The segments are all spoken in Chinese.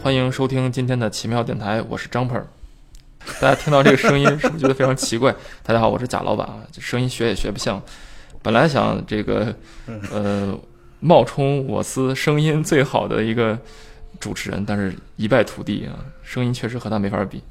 欢迎收听今天的奇妙电台，我是张鹏。大家听到这个声音是不是觉得非常奇怪？大家好，我是贾老板啊，这声音学也学不像。本来想这个冒充我司声音最好的一个主持人，但是一败涂地啊，声音确实和他没法比。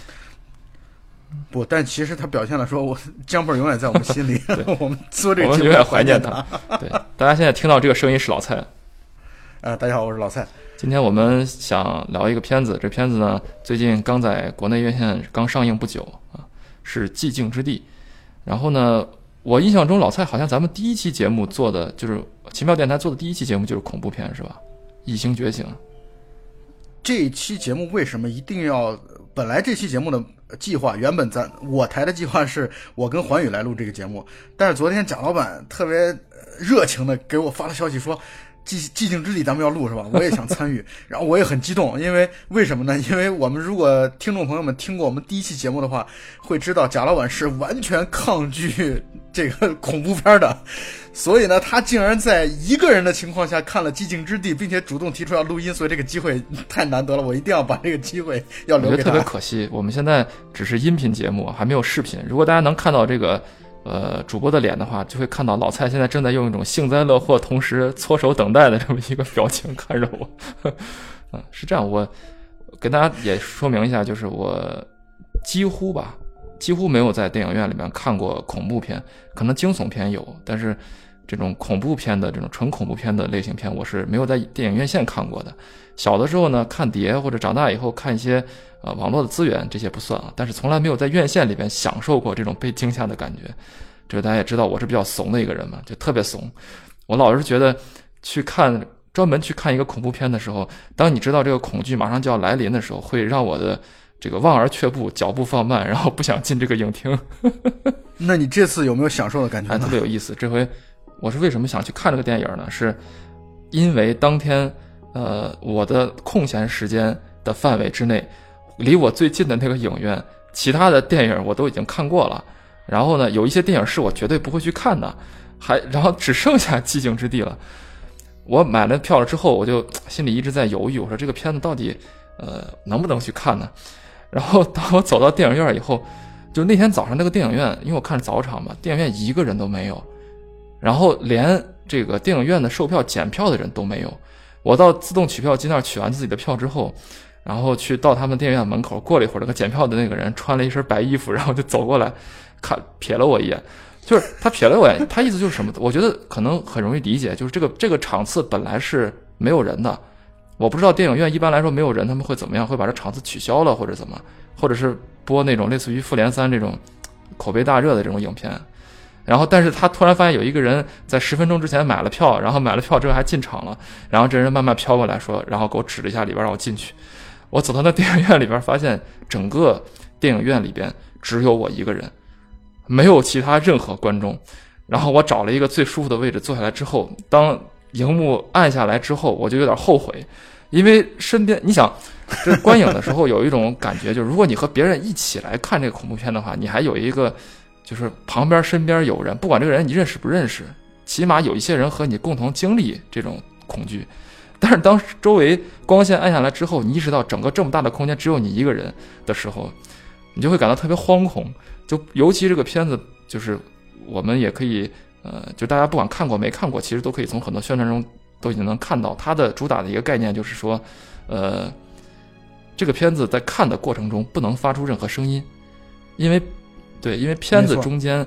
不，但其实他表现了说，我江鹏永远在我们心里，我们做这个我们永远怀念他。对，大家现在听到这个声音是老蔡。 大家好，我是老蔡。 今天我们想聊一个片子，这片子呢最近刚在国内院线刚上映不久啊，是《寂静之地》。然后呢，我印象中老蔡好像咱们第一期节目做的就是奇妙电台做的第一期节目就是恐怖片是吧？异形觉醒。 这一期节目为什么一定要？本来这期节目的计划，原本我台的计划是我跟环宇来录这个节目，但是昨天贾老板特别热情的给我发了消息说，寂静之地咱们要录是吧？我也想参与，然后我也很激动，因为为什么呢？因为我们如果听众朋友们听过我们第一期节目的话，会知道贾老板是完全抗拒这个恐怖片的，所以呢，他竟然在一个人的情况下看了寂静之地，并且主动提出要录音，所以这个机会太难得了，我一定要把这个机会要留给他。 我觉得特别可惜，我们现在只是音频节目，还没有视频。如果大家能看到这个主播的脸的话，就会看到老蔡现在正在用一种幸灾乐祸同时搓手等待的这么一个表情看着我。是这样，我跟大家也说明一下，就是我几乎没有在电影院里面看过恐怖片，可能惊悚片有，但是这种恐怖片的这种纯恐怖片的类型片我是没有在电影院线看过的。小的时候呢看碟，或者长大以后看一些网络的资源，这些不算啊，但是从来没有在院线里边享受过这种被惊吓的感觉。这个大家也知道我是比较怂的一个人嘛，就特别怂。我老是觉得专门去看一个恐怖片的时候，当你知道这个恐惧马上就要来临的时候，会让我的这个望而却步，脚步放慢，然后不想进这个影厅。 那你这次有没有享受的感觉呢？ 特别有意思。这回我是为什么想去看这个电影呢？是因为当天我的空闲时间的范围之内，离我最近的那个影院，其他的电影我都已经看过了。然后呢，有一些电影是我绝对不会去看的，然后只剩下寂静之地了。我买了票了之后，我就心里一直在犹豫，我说这个片子到底能不能去看呢？然后当我走到电影院以后，就那天早上那个电影院，因为我看早场嘛，电影院一个人都没有，然后连这个电影院的售票检票的人都没有。我到自动取票机那儿取完自己的票之后，然后到他们电影院门口，过了一会儿，那个检票的那个人穿了一身白衣服，然后就走过来瞥了我一眼。就是他瞥了我一眼，他意思就是什么？我觉得可能很容易理解，就是这个场次本来是没有人的，我不知道电影院一般来说没有人他们会怎么样，会把这场次取消了或者怎么，或者是播那种类似于复联3这种口碑大热的这种影片。然后但是他突然发现有一个人在10分钟之前买了票，然后买了票之后还进场了，然后这人慢慢飘过来说，然后给我指了一下里边让我进去。我走到那电影院里边，发现整个电影院里边只有我一个人，没有其他任何观众。然后我找了一个最舒服的位置坐下来之后，当荧幕按下来之后，我就有点后悔，因为身边你想这观影的时候有一种感觉，就是如果你和别人一起来看这个恐怖片的话，你还有一个就是旁边身边有人，不管这个人你认识不认识，起码有一些人和你共同经历这种恐惧。但是当周围光线暗下来之后，你意识到整个这么大的空间只有你一个人的时候，你就会感到特别惶恐。就尤其这个片子，就是我们也可以就大家不管看过没看过，其实都可以从很多宣传中都已经能看到，它的主打的一个概念就是说这个片子在看的过程中不能发出任何声音，因为片子中间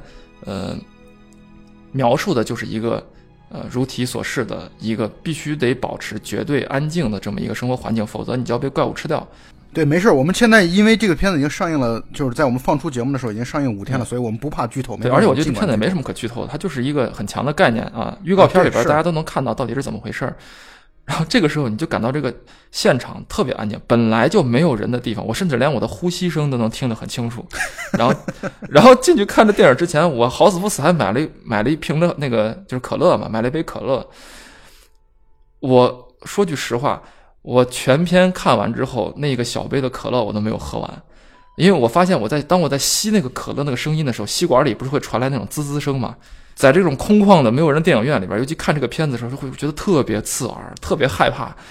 描述的就是一个如题所示的一个必须得保持绝对安静的这么一个生活环境，否则你就要被怪物吃掉。 对，没事，我们现在因为这个片子已经上映了，就是在我们放出节目的时候已经上映5天了，所以我们不怕剧透。 对，而且我觉得这片子也没什么可剧透的，它就是一个很强的概念啊。预告片里边大家都能看到到底是怎么回事。然后这个时候你就感到这个现场特别安静，本来就没有人的地方，我甚至连我的呼吸声都能听得很清楚。然后进去看这电影之前，我好死不死还买了一瓶的那个就是可乐嘛，买了一杯可乐。我说句实话，我全片看完之后，那个小杯的可乐我都没有喝完，因为我发现当我在吸那个可乐那个声音的时候，吸管里不是会传来那种滋滋声嘛。在这种空旷的没有人电影院里边，尤其看这个片子的时候，就会觉得特别刺耳，特别害怕。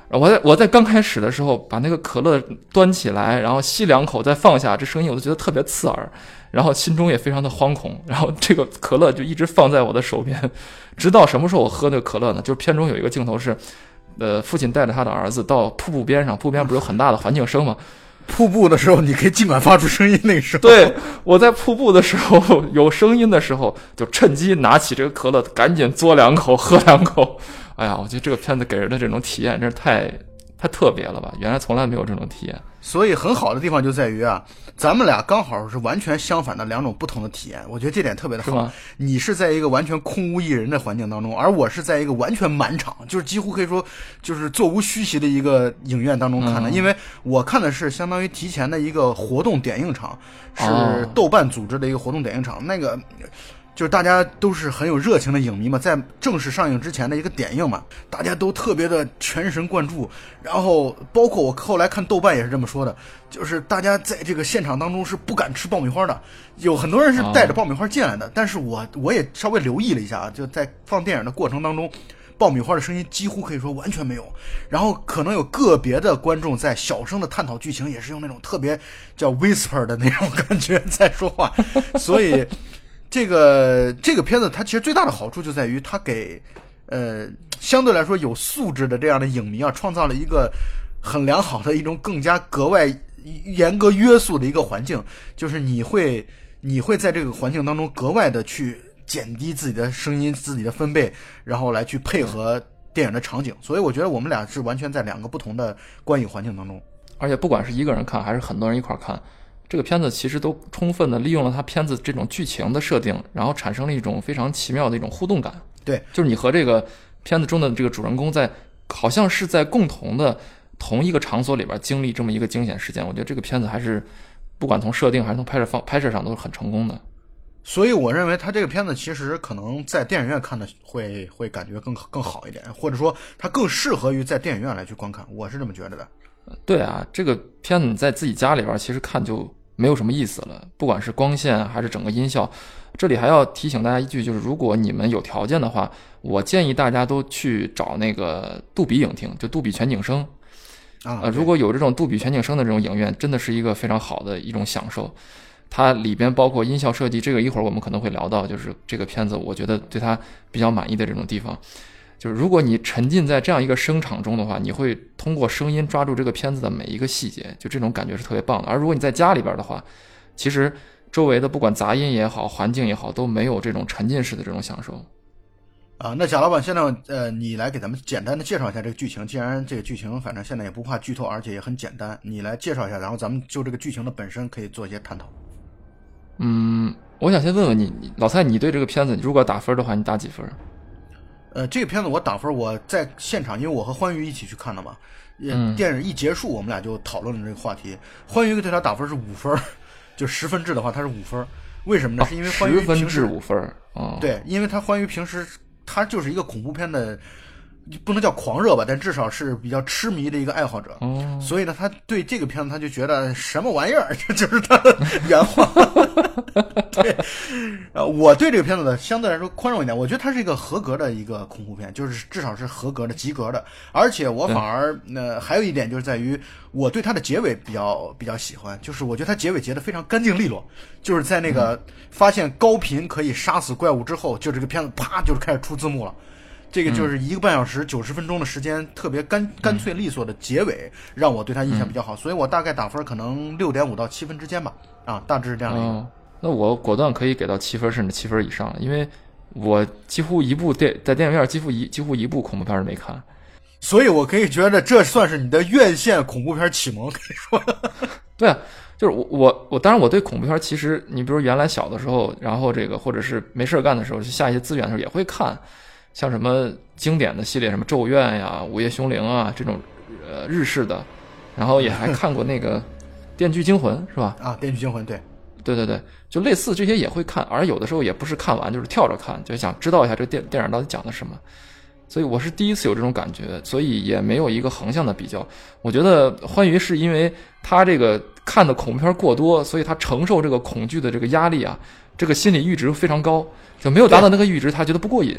我在刚开始的时候把那个可乐端起来，然后吸2口再放下，这声音我都觉得特别刺耳，然后心中也非常的惶恐，然后这个可乐就一直放在我的手边，直到什么时候我喝那个可乐呢？就是片中有一个镜头是，父亲带着他的儿子到瀑布边上，瀑布边不是有很大的环境声吗？ 瀑布的时候你可以尽管发出声音，那个时候对，我在瀑布的时候有声音的时候，就趁机拿起这个可乐，赶紧嘬2口，喝2口。哎呀，我觉得这个片子给人的这种体验真是太特别了吧，原来从来没有这种体验。 所以很好的地方就在于啊，咱们俩刚好是完全相反的2种不同的体验，我觉得这点特别的好。 是吗？ 你是在一个完全空无一人的环境当中，而我是在一个完全满场，就是几乎可以说就是座无虚席的一个影院当中看的。因为我看的是相当于提前的一个活动点映场，是豆瓣组织的一个活动点映场，那个就是大家都是很有热情的影迷嘛，在正式上映之前的一个点映嘛，大家都特别的全神贯注。然后包括我后来看豆瓣也是这么说的，就是大家在这个现场当中是不敢吃爆米花的，有很多人是带着爆米花进来的。但是我也稍微留意了一下，就在放电影的过程当中，爆米花的声音几乎可以说完全没有，然后可能有个别的观众在小声的探讨剧情，也是用那种特别叫 whisper 的那种感觉在说话。所以这个片子它其实最大的好处就在于它给相对来说有素质的这样的影迷啊创造了一个很良好的一种更加格外严格约束的一个环境，就是你会在这个环境当中格外的去减低自己的声音、自己的分贝，然后来去配合电影的场景。所以我觉得我们俩是完全在2个不同的观影环境当中。 而且不管是一个人看还是很多人一块看，这个片子其实都充分的利用了它片子这种剧情的设定，然后产生了一种非常奇妙的一种互动感。 对， 就是你和这个片子中的这个主人公好像是在同一个场所里边经历这么一个惊险事件。我觉得这个片子还是不管从设定还是从拍摄上都是很成功的。 所以我认为他这个片子其实可能在电影院看的会感觉更好一点，或者说它更适合于在电影院来去观看，我是这么觉得的。 对啊，这个片子你在自己家里边其实看就没有什么意思了，不管是光线还是整个音效。这里还要提醒大家一句，就是如果你们有条件的话，我建议大家都去找那个杜比影厅，就杜比全景声如果有这种杜比全景声的这种影院，真的是一个非常好的一种享受。它里边包括音效设计，这个一会儿我们可能会聊到，就是这个片子我觉得对它比较满意的这种地方。就是如果你沉浸在这样一个声场中的话，你会通过声音抓住这个片子的每一个细节，就这种感觉是特别棒的。而如果你在家里边的话，其实周围的不管杂音也好，环境也好，都没有这种沉浸式的这种享受。 那贾老板，现在你来给咱们简单的介绍一下这个剧情。既然这个剧情反正现在也不怕剧透，而且也很简单，你来介绍一下，然后咱们就这个剧情的本身可以做一些探讨。 我想先问问你，老蔡，你对这个片子如果打分的话，你打几分？ 这个片子我打分，我在现场，因为我和欢愉一起去看的嘛，电影一结束，我们俩就讨论了这个话题。欢愉对他打分是5分，就10分制的话，他是5分。为什么呢？是因为欢愉 10分制5分。 对，因为他欢愉平时他就是一个恐怖片的，不能叫狂热吧，但至少是比较痴迷的一个爱好者。所以呢，他对这个片子他就觉得什么玩意儿，这就是他的原话。对，我对这个片子呢相对来说宽容一点，我觉得它是一个合格的一个恐怖片，就是至少是合格的、及格的。而且我反而还有一点就是在于我对它的结尾比较喜欢，就是我觉得它结尾结得非常干净利落，就是在那个发现高频可以杀死怪物之后，就这个片子啪就是开始出字幕了。这个就是1个半小时90分钟的时间，特别干脆利索的结尾，让我对他印象比较好，所以我大概打分可能6.5到7分之间吧，大致是这样的一个。 那我果断可以给到7分甚至7分以上，因为我几乎在电影院几乎一部恐怖片没看， 所以我可以觉得这算是你的院线恐怖片启蒙，可以说。 对啊，就是我当然我对恐怖片其实你比如原来小的时候，然后这个或者是没事干的时候，就下一些资源的时候也会看。像什么经典的系列，什么咒怨呀、午夜凶铃啊这种日式的，然后也还看过那个电锯惊魂是吧？ 电锯惊魂， 对，就类似这些也会看，而有的时候也不是看完就是跳着看，就想知道一下这个电影到底讲的什么。所以我是第一次有这种感觉，所以也没有一个横向的比较。我觉得欢愉是因为他这个看的恐怖片过多，所以他承受这个恐惧的这个压力啊，这个心理阈值非常高，就没有达到那个阈值他觉得不过瘾，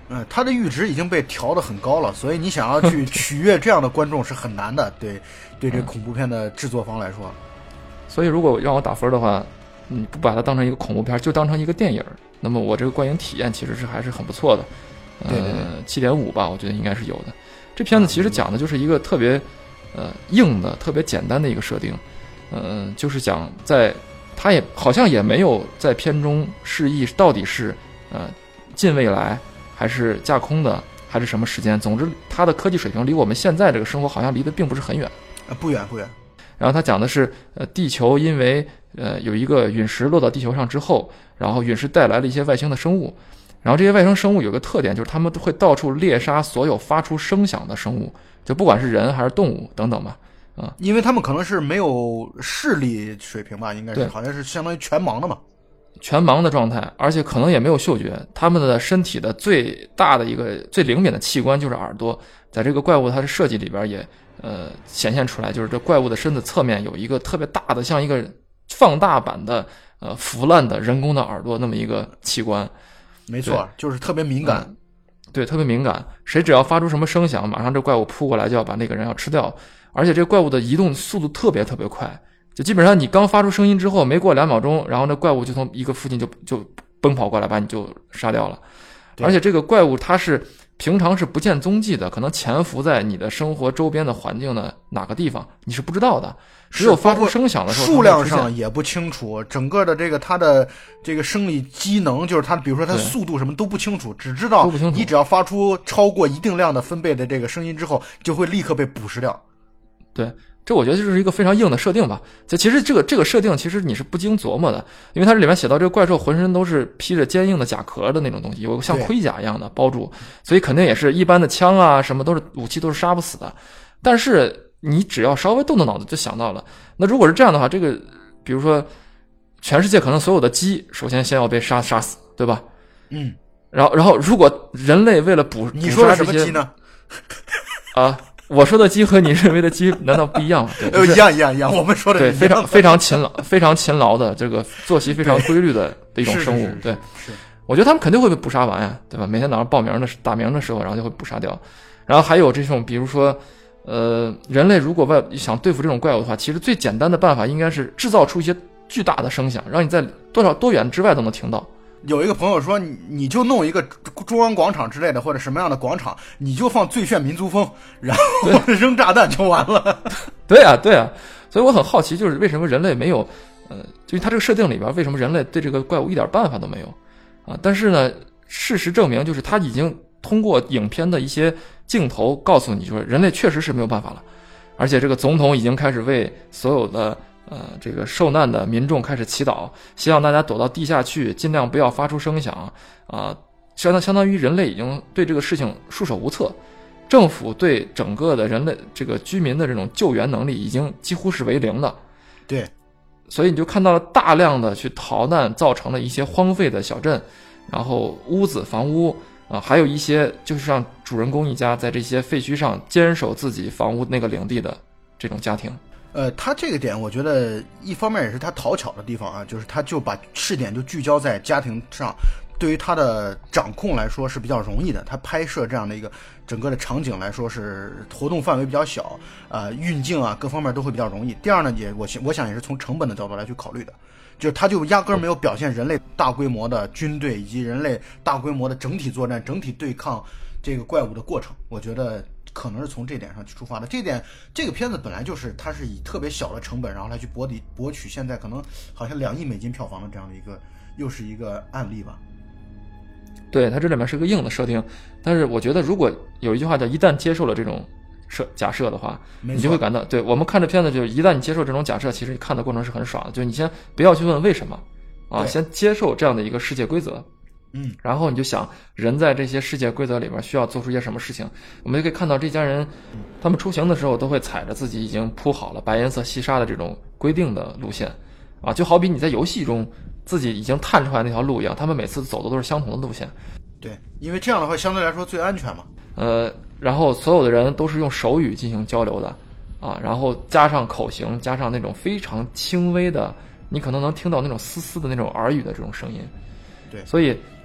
它的阈值已经被调得很高了，所以你想要去取悦这样的观众是很难的。对这恐怖片的制作方来说， 所以如果让我打分的话，你不把它当成一个恐怖片，就当成一个电影，那么我这个观影体验其实还是很不错的。7.5吧，我觉得应该是有的。这片子其实讲的就是一个特别硬的、特别简单的一个设定，就是讲它也好像也没有在片中示意到底是近未来还是架空的还是什么时间。总之，它的科技水平离我们现在这个生活好像离得并不是很远。 不远。 然后它讲的是地球因为有一个陨石落到地球上之后，然后陨石带来了一些外星的生物。然后这些外星生物有个特点，就是他们会到处猎杀所有发出声响的生物，就不管是人还是动物等等吧。 因为他们可能是没有视力水平吧，应该是好像是相当于全盲的嘛， 全盲的状态，而且可能也没有嗅觉。他们的身体的最大的一个最灵敏的器官就是耳朵，在这个怪物它的设计里边也显现出来，就是这怪物的身子侧面有一个特别大的像一个放大版的腐烂的人工的耳朵那么一个器官。 没错，就是特别敏感。 对，特别敏感，谁只要发出什么声响，马上这怪物扑过来就要把那个人要吃掉。而且这怪物的移动速度特别特别快，就基本上你刚发出声音之后没过2秒钟，然后那怪物就从一个附近就奔跑过来把你就杀掉了。而且这个怪物它是平常是不见踪迹的，可能潜伏在你的生活周边的环境的哪个地方你是不知道的，只有发出声响的时候， 数量上也不清楚，整个的它的这个生理机能，就是它比如说它速度什么都不清楚，只知道你只要发出超过一定量的分贝的这个声音之后，就会立刻被捕食掉。 对，这我觉得就是一个非常硬的设定吧。其实这个设定其实你是不经琢磨的，因为它这里面写到这个怪兽浑身都是披着坚硬的甲壳的那种东西，有像盔甲一样的包住，所以肯定也是一般的枪啊什么都是武器都是杀不死的。但是你只要稍微动动脑子就想到了，那如果是这样的话，这个比如说全世界可能所有的鸡首先先要被杀死，对吧？然后如果人类为了捕你说的什么鸡呢？ 我说的鸡和你认为的鸡难道不一样吗？ 一样，我们说的对，非常勤劳的这个作息非常规律的一种生物。对，我觉得他们肯定会被捕杀完呀，对吧？每天早上打鸣的时候，然后就会捕杀掉。然后还有这种，比如说，人类如果想对付这种怪物的话，其实最简单的办法应该是制造出一些巨大的声响，让你在多远之外都能听到。 有一个朋友说，你就弄一个中央广场之类的，或者什么样的广场，你就放最炫民族风，然后扔炸弹就完了。 对啊，所以我很好奇，就是为什么人类没有，就是他这个设定里边，为什么人类对这个怪物一点办法都没有啊？但是呢，事实证明，就是他已经通过影片的一些镜头告诉你，说人类确实是没有办法了，而且这个总统已经开始为所有的这个受难的民众开始祈祷，希望大家躲到地下去，尽量不要发出声响啊。相当于人类已经对这个事情束手无策，政府对整个的人类这个居民的这种救援能力已经几乎是为零的。 对， 所以你就看到了大量的去逃难造成的一些荒废的小镇，然后房屋还有一些就是让主人公一家在这些废墟上坚守自己房屋那个领地的这种家庭。 他这个点我觉得一方面也是他讨巧的地方啊，就是他就把视点就聚焦在家庭上，对于他的掌控来说是比较容易的，他拍摄这样的一个整个的场景来说是活动范围比较小，运镜啊各方面都会比较容易。第二呢，我想也是从成本的角度来去考虑的，就是他就压根没有表现人类大规模的军队以及人类大规模的整体作战、整体对抗这个怪物的过程，我觉得可能是从这点上去出发的。这个片子本来就是它是以特别小的成本，然后来去博取现在可能好像2亿美金票房的这样的一个又是一个案例吧。 对，它这里面是个硬的设定，但是我觉得如果有一句话叫一旦接受了这种假设的话，你就会感到，对，我们看这片子就是一旦你接受这种假设，其实你看的过程是很爽的，就是你先不要去问为什么先接受这样的一个世界规则。然后你就想人在这些世界规则里边需要做出一些什么事情。我们就可以看到这家人他们出行的时候都会踩着自己已经铺好了白颜色细沙的这种规定的路线就好比你在游戏中自己已经探出来那条路一样，他们每次走的都是相同的路线。 对，因为这样的话相对来说最安全嘛。 然后所有的人都是用手语进行交流的然后加上口型，加上那种非常轻微的，你可能能听到那种丝丝的那种耳语的这种声音。 对， 所以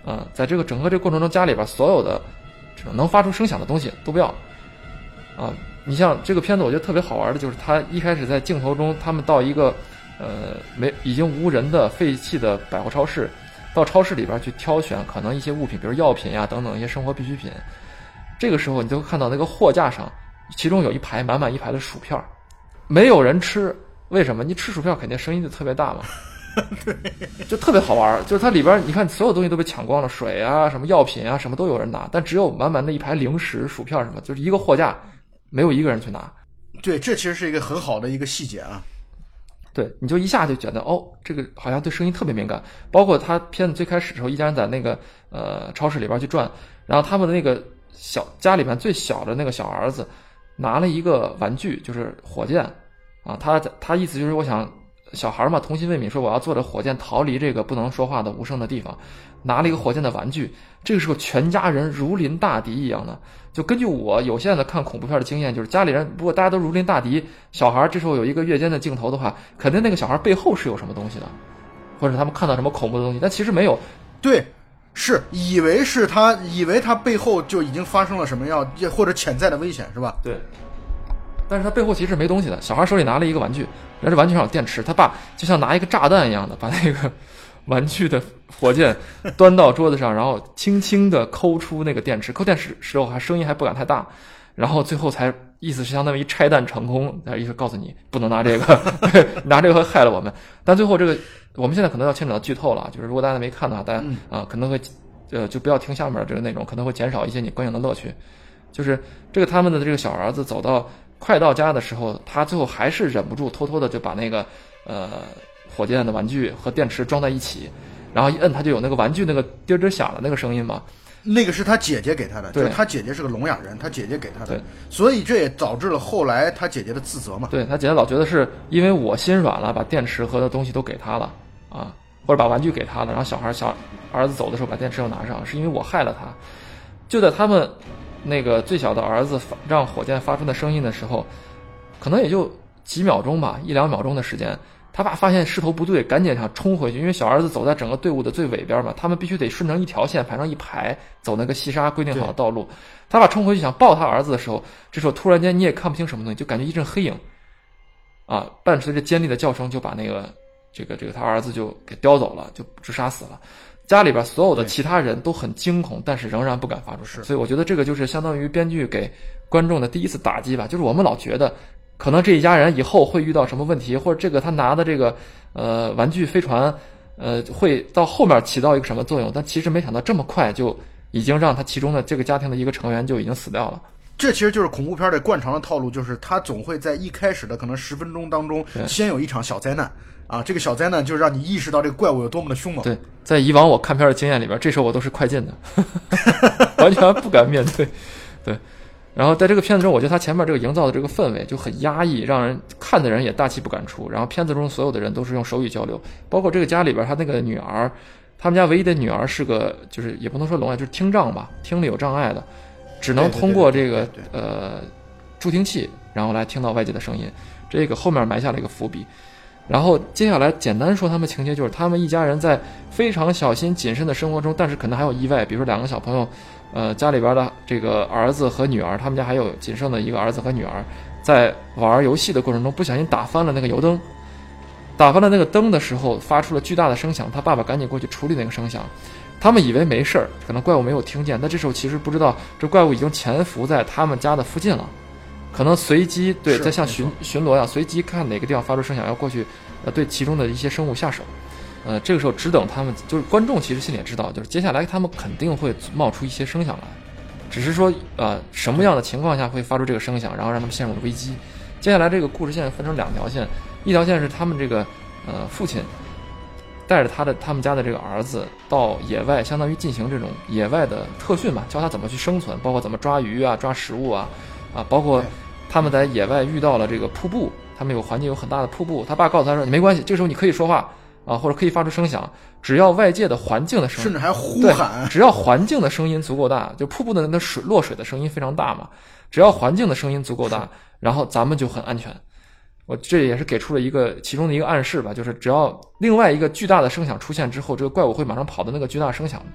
在这个整个这个过程中，家里边所有的这种能发出声响的东西都不要你像这个片子，我觉得特别好玩的就是他一开始在镜头中，他们到一个已经无人的废弃的百货超市，到超市里边去挑选可能一些物品，比如药品呀等等一些生活必需品。这个时候你就会看到那个货架上，其中有一排满满一排的薯片，没有人吃，为什么？你吃薯片肯定声音就特别大嘛。 对， 就特别好玩，就是它里边你看所有东西都被抢光了，水啊什么药品啊什么都有人拿，但只有满满的一排零食薯片什么，就是一个货架没有一个人去拿。 对，这其实是一个很好的一个细节啊。 对，你就一下就觉得这个好像对声音特别敏感。包括他片子最开始的时候，一家人在那个超市里边去转，然后他们的那个家里面最小的那个小儿子拿了一个玩具，就是火箭他意思就是我想小孩嘛，童心未泯，说我要坐着火箭逃离这个不能说话的无声的地方，拿了一个火箭的玩具。这个时候全家人如临大敌一样的，就根据我有限的看恐怖片的经验，就是家里人如果大家都如临大敌，小孩这时候有一个越肩的镜头的话，肯定那个小孩背后是有什么东西的，或者他们看到什么恐怖的东西，但其实没有。 对，是以为他背后就已经发生了什么样或者潜在的危险，是吧？ 对。但是他背后其实没东西的，小孩手里拿了一个玩具，然后这玩具上有电池，他爸就像拿一个炸弹一样的把那个玩具的火箭端到桌子上，然后轻轻的抠出那个电池，抠电池时候声音还不敢太大，然后最后才意思是相当于拆弹成功，意思告诉你不能拿这个拿这个会害了我们。但最后这个我们现在可能要牵扯到剧透了，就是如果大家没看的话，大家可能会就不要听下面这个内容，可能会减少一些你观影的乐趣。就是这个他们的这个小儿子走到快到家的时候，他最后还是忍不住偷偷的就把那个火箭的玩具和电池装在一起，然后一摁，他就有那个玩具那个滴滴响的那个声音嘛。 那个是他姐姐给他的，就是他姐姐是个聋哑人，他姐姐给他的， 对， 所以这也导致了后来他姐姐的自责嘛。 对，他姐姐老觉得是因为我心软了，把电池和的东西都给他了或者把玩具给他了，然后小儿子走的时候把电池又拿上，是因为我害了他。就在他们那个最小的儿子让火箭发出的声音的时候，可能也就几秒钟吧，1-2秒钟的时间，他爸发现势头不对，赶紧想冲回去，因为小儿子走在整个队伍的最尾边嘛，他们必须得顺成一条线排成一排走那个细沙规定好的道路。他爸冲回去想抱他儿子的时候，这时候突然间你也看不清什么东西，就感觉一阵黑影伴随着尖利的叫声就把那个这个他儿子就给叼走了，就直杀死了。家里边所有的其他人都很惊恐，但是仍然不敢发出声。所以我觉得这个就是相当于编剧给观众的第一次打击吧，就是我们老觉得可能这一家人以后会遇到什么问题，或者这个他拿的这个玩具飞船会到后面起到一个什么作用，但其实没想到这么快就已经让他其中的这个家庭的一个成员就已经死掉了。 这其实就是恐怖片的惯常的套路，就是他总会在一开始的可能10分钟当中先有一场小灾难这个小灾难就让你意识到这个怪物有多么的凶猛。 对，在以往我看片的经验里边，这时候我都是快进的完全不敢面对。对，然后在这个片子中，我觉得他前面这个营造的这个氛围就很压抑，让人看的人也大气不敢出。然后片子中所有的人都是用手语交流，包括这个家里边他那个女儿，他们家唯一的女儿是个就是也不能说聋哑，就是听障吧，听力有障碍的，只能通过这个助听器然后来听到外界的声音，这个后面埋下了一个伏笔。然后接下来简单说他们情节，就是他们一家人在非常小心谨慎的生活中，但是可能还有意外，比如说2个小朋友家里边的这个儿子和女儿，他们家还有仅剩的一个儿子和女儿，在玩游戏的过程中不小心打翻了那个油灯，打翻了那个灯的时候发出了巨大的声响，他爸爸赶紧过去处理那个声响，他们以为没事儿，可能怪物没有听见，但这时候其实不知道这怪物已经潜伏在他们家的附近了，可能随机在像巡逻一样，随机看哪个地方发出声响，要过去对其中的一些生物下手。这个时候只等他们，就是观众其实心里也知道，就是接下来他们肯定会冒出一些声响来，只是说什么样的情况下会发出这个声响，然后让他们陷入了危机。接下来这个故事线分成2条线，一条线是他们这个父亲带着他们家的这个儿子到野外，相当于进行这种野外的特训吧，教他怎么去生存，包括怎么抓鱼啊、抓食物包括他们在野外遇到了这个瀑布，他们有环境有很大的瀑布，他爸告诉他说你没关系，这个时候你可以说话或者可以发出声响，只要外界的环境的声音， 甚至还呼喊， 只要环境的声音足够大，就瀑布的那落水的声音非常大嘛，只要环境的声音足够大，然后咱们就很安全。我这也是给出了其中的一个暗示吧，就是只要另外一个巨大的声响出现之后，这个怪物会马上跑到那个巨大声响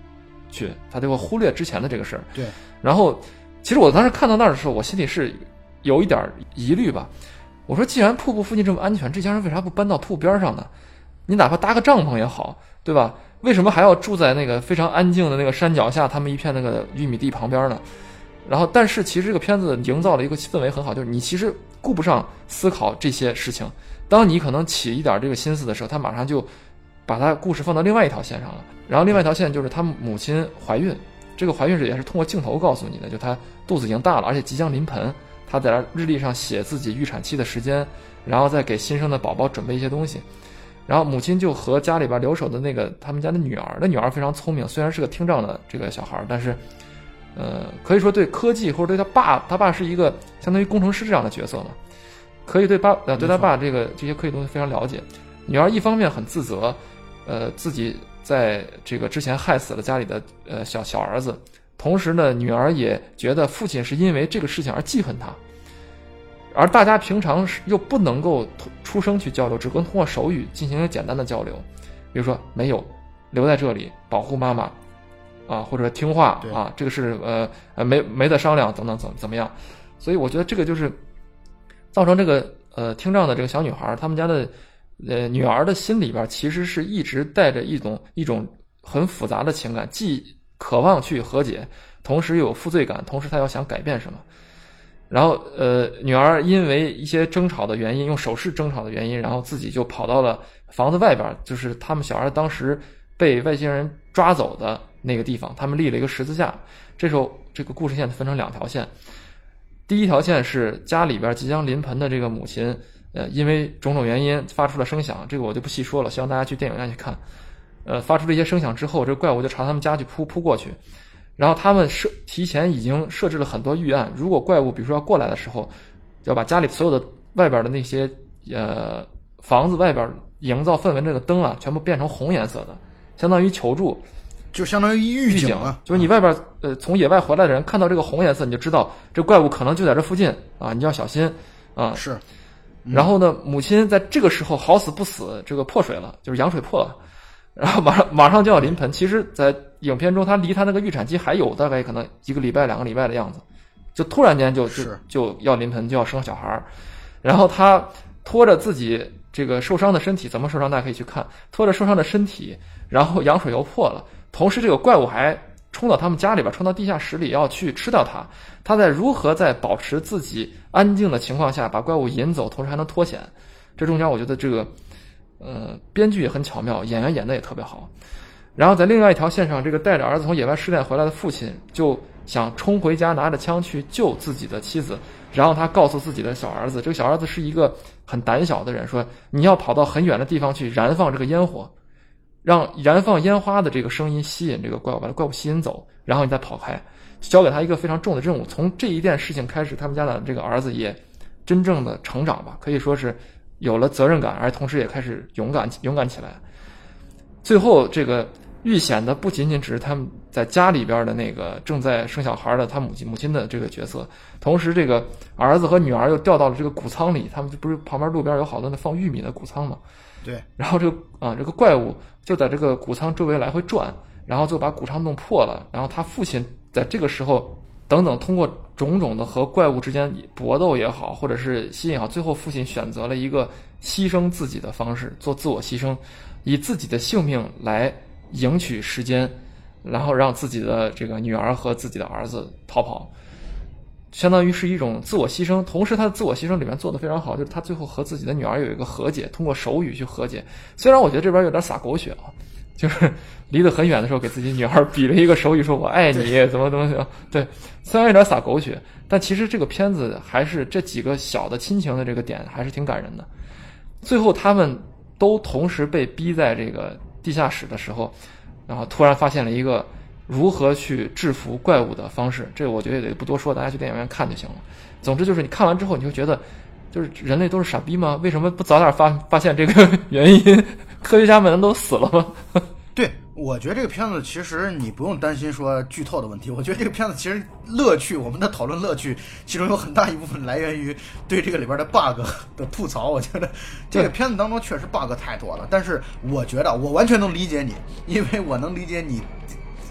去，他就会忽略之前的这个事儿。 对。 然后，其实我当时看到那儿的时候，我心里是有一点疑虑吧。我说，既然瀑布附近这么安全，这家人为啥不搬到瀑布边上呢？你哪怕搭个帐篷也好，对吧？为什么还要住在那个非常安静的那个山脚下，他们一片那个玉米地旁边呢？然后，但是其实这个片子营造了一个氛围很好，就是你其实顾不上思考这些事情。当你可能起一点这个心思的时候，他马上就把他故事放到另外一条线上了。然后另外一条线就是他母亲怀孕，这个怀孕也是通过镜头告诉你的，就她肚子已经大了，而且即将临盆。她在日历上写自己预产期的时间，然后再给新生的宝宝准备一些东西。然后母亲就和家里边留守的那个他们家的女儿，那女儿非常聪明，虽然是个听障的这个小孩，但是可以说对科技或者对他爸是一个相当于工程师这样的角色嘛，可以对他爸这些科技东西非常了解。女儿一方面很自责，自己在这个之前害死了家里的小儿子，同时呢，女儿也觉得父亲是因为这个事情而记恨他。而大家平常又不能够出声去交流，只能通过手语进行简单的交流，比如说没有，留在这里保护妈妈啊，或者听话啊，这个是没得商量等等怎么样。所以我觉得这个就是造成这个听障的这个小女孩，他们家的女儿的心里边其实是一直带着一种很复杂的情感，既渴望去和解，同时又有负罪感，同时她要想改变什么。然后女儿因为一些争吵的原因，用手势争吵的原因，然后自己就跑到了房子外边，就是他们小孩当时被外星人抓走的那个地方，他们立了一个十字架。这时候这个故事线分成两条线，第一条线是家里边即将临盆的这个母亲，因为种种原因发出了声响，这个我就不细说了，希望大家去电影院去看。发出这些声响之后，这个怪物就朝他们家去扑过去。然后他们提前已经设置了很多预案，如果怪物比如说要过来的时候，要把家里所有的外边的那些房子外边营造氛围这个灯啊，全部变成红颜色的，相当于求助， 就相当于预警啊。 就是你外边从野外回来的人看到这个红颜色，你就知道这怪物可能就在这附近啊，你要小心啊。 是。 然后呢，母亲在这个时候好死不死，这个破水了，就是羊水破了。然后马上就要临盆，其实在影片中他离他那个预产期还有大概可能1个礼拜2个礼拜的样子，就突然间就要临盆，就要生小孩。然后他拖着自己这个受伤的身体，怎么受伤大家可以去看，拖着受伤的身体，然后羊水又破了，同时这个怪物还冲到他们家里边，冲到地下室里要去吃掉他。他在如何在保持自己安静的情况下把怪物引走，同时还能脱险，这中间我觉得这个编剧也很巧妙，演员演的也特别好。然后在另外一条线上，这个带着儿子从野外试炼回来的父亲就想冲回家，拿着枪去救自己的妻子。然后他告诉自己的小儿子，这个小儿子是一个很胆小的人，说你要跑到很远的地方去燃放这个烟火，让燃放烟花的这个声音吸引这个怪物，把怪物吸引走，然后你再跑开。交给他一个非常重的任务。从这一件事情开始，他们家的这个儿子也真正的成长吧，可以说是有了责任感，而同时也开始勇敢起来。最后这个遇险的不仅仅只是他们在家里边的那个正在生小孩的他母亲的这个角色，同时这个儿子和女儿又掉到了这个谷仓里，他们不是旁边路边有好多那放玉米的谷仓吗？ 对。 然后这个怪物就在这个谷仓周围来回转，然后就把谷仓弄破了。然后他父亲在这个时候等等通过种种的和怪物之间搏斗也好，或者是吸引也好，最后父亲选择了一个牺牲自己的方式，做自我牺牲，以自己的性命来赢取时间，然后让自己的这个女儿和自己的儿子逃跑，相当于是一种自我牺牲。同时他的自我牺牲里面做得非常好，就是他最后和自己的女儿有一个和解，通过手语去和解。虽然我觉得这边有点洒狗血啊，就是离得很远的时候给自己女儿比了一个手语说我爱你怎么对，虽然有点洒狗血，但其实这个片子还是这几个小的亲情的这个点还是挺感人的。最后他们都同时被逼在这个地下室的时候，然后突然发现了一个如何去制服怪物的方式，这个我觉得也不多说，大家去电影院看就行了。总之就是你看完之后你会觉得就是人类都是傻逼吗？为什么不早点发现这个原因？科学家们都死了吗？ 对，我觉得这个片子其实你不用担心说剧透的问题。我觉得这个片子其实乐趣，我们的讨论乐趣，其中有很大一部分来源于对这个里边的 bug 的吐槽。我觉得这个片子当中确实 bug 太多了，但是我觉得我完全能理解你，因为我能理解你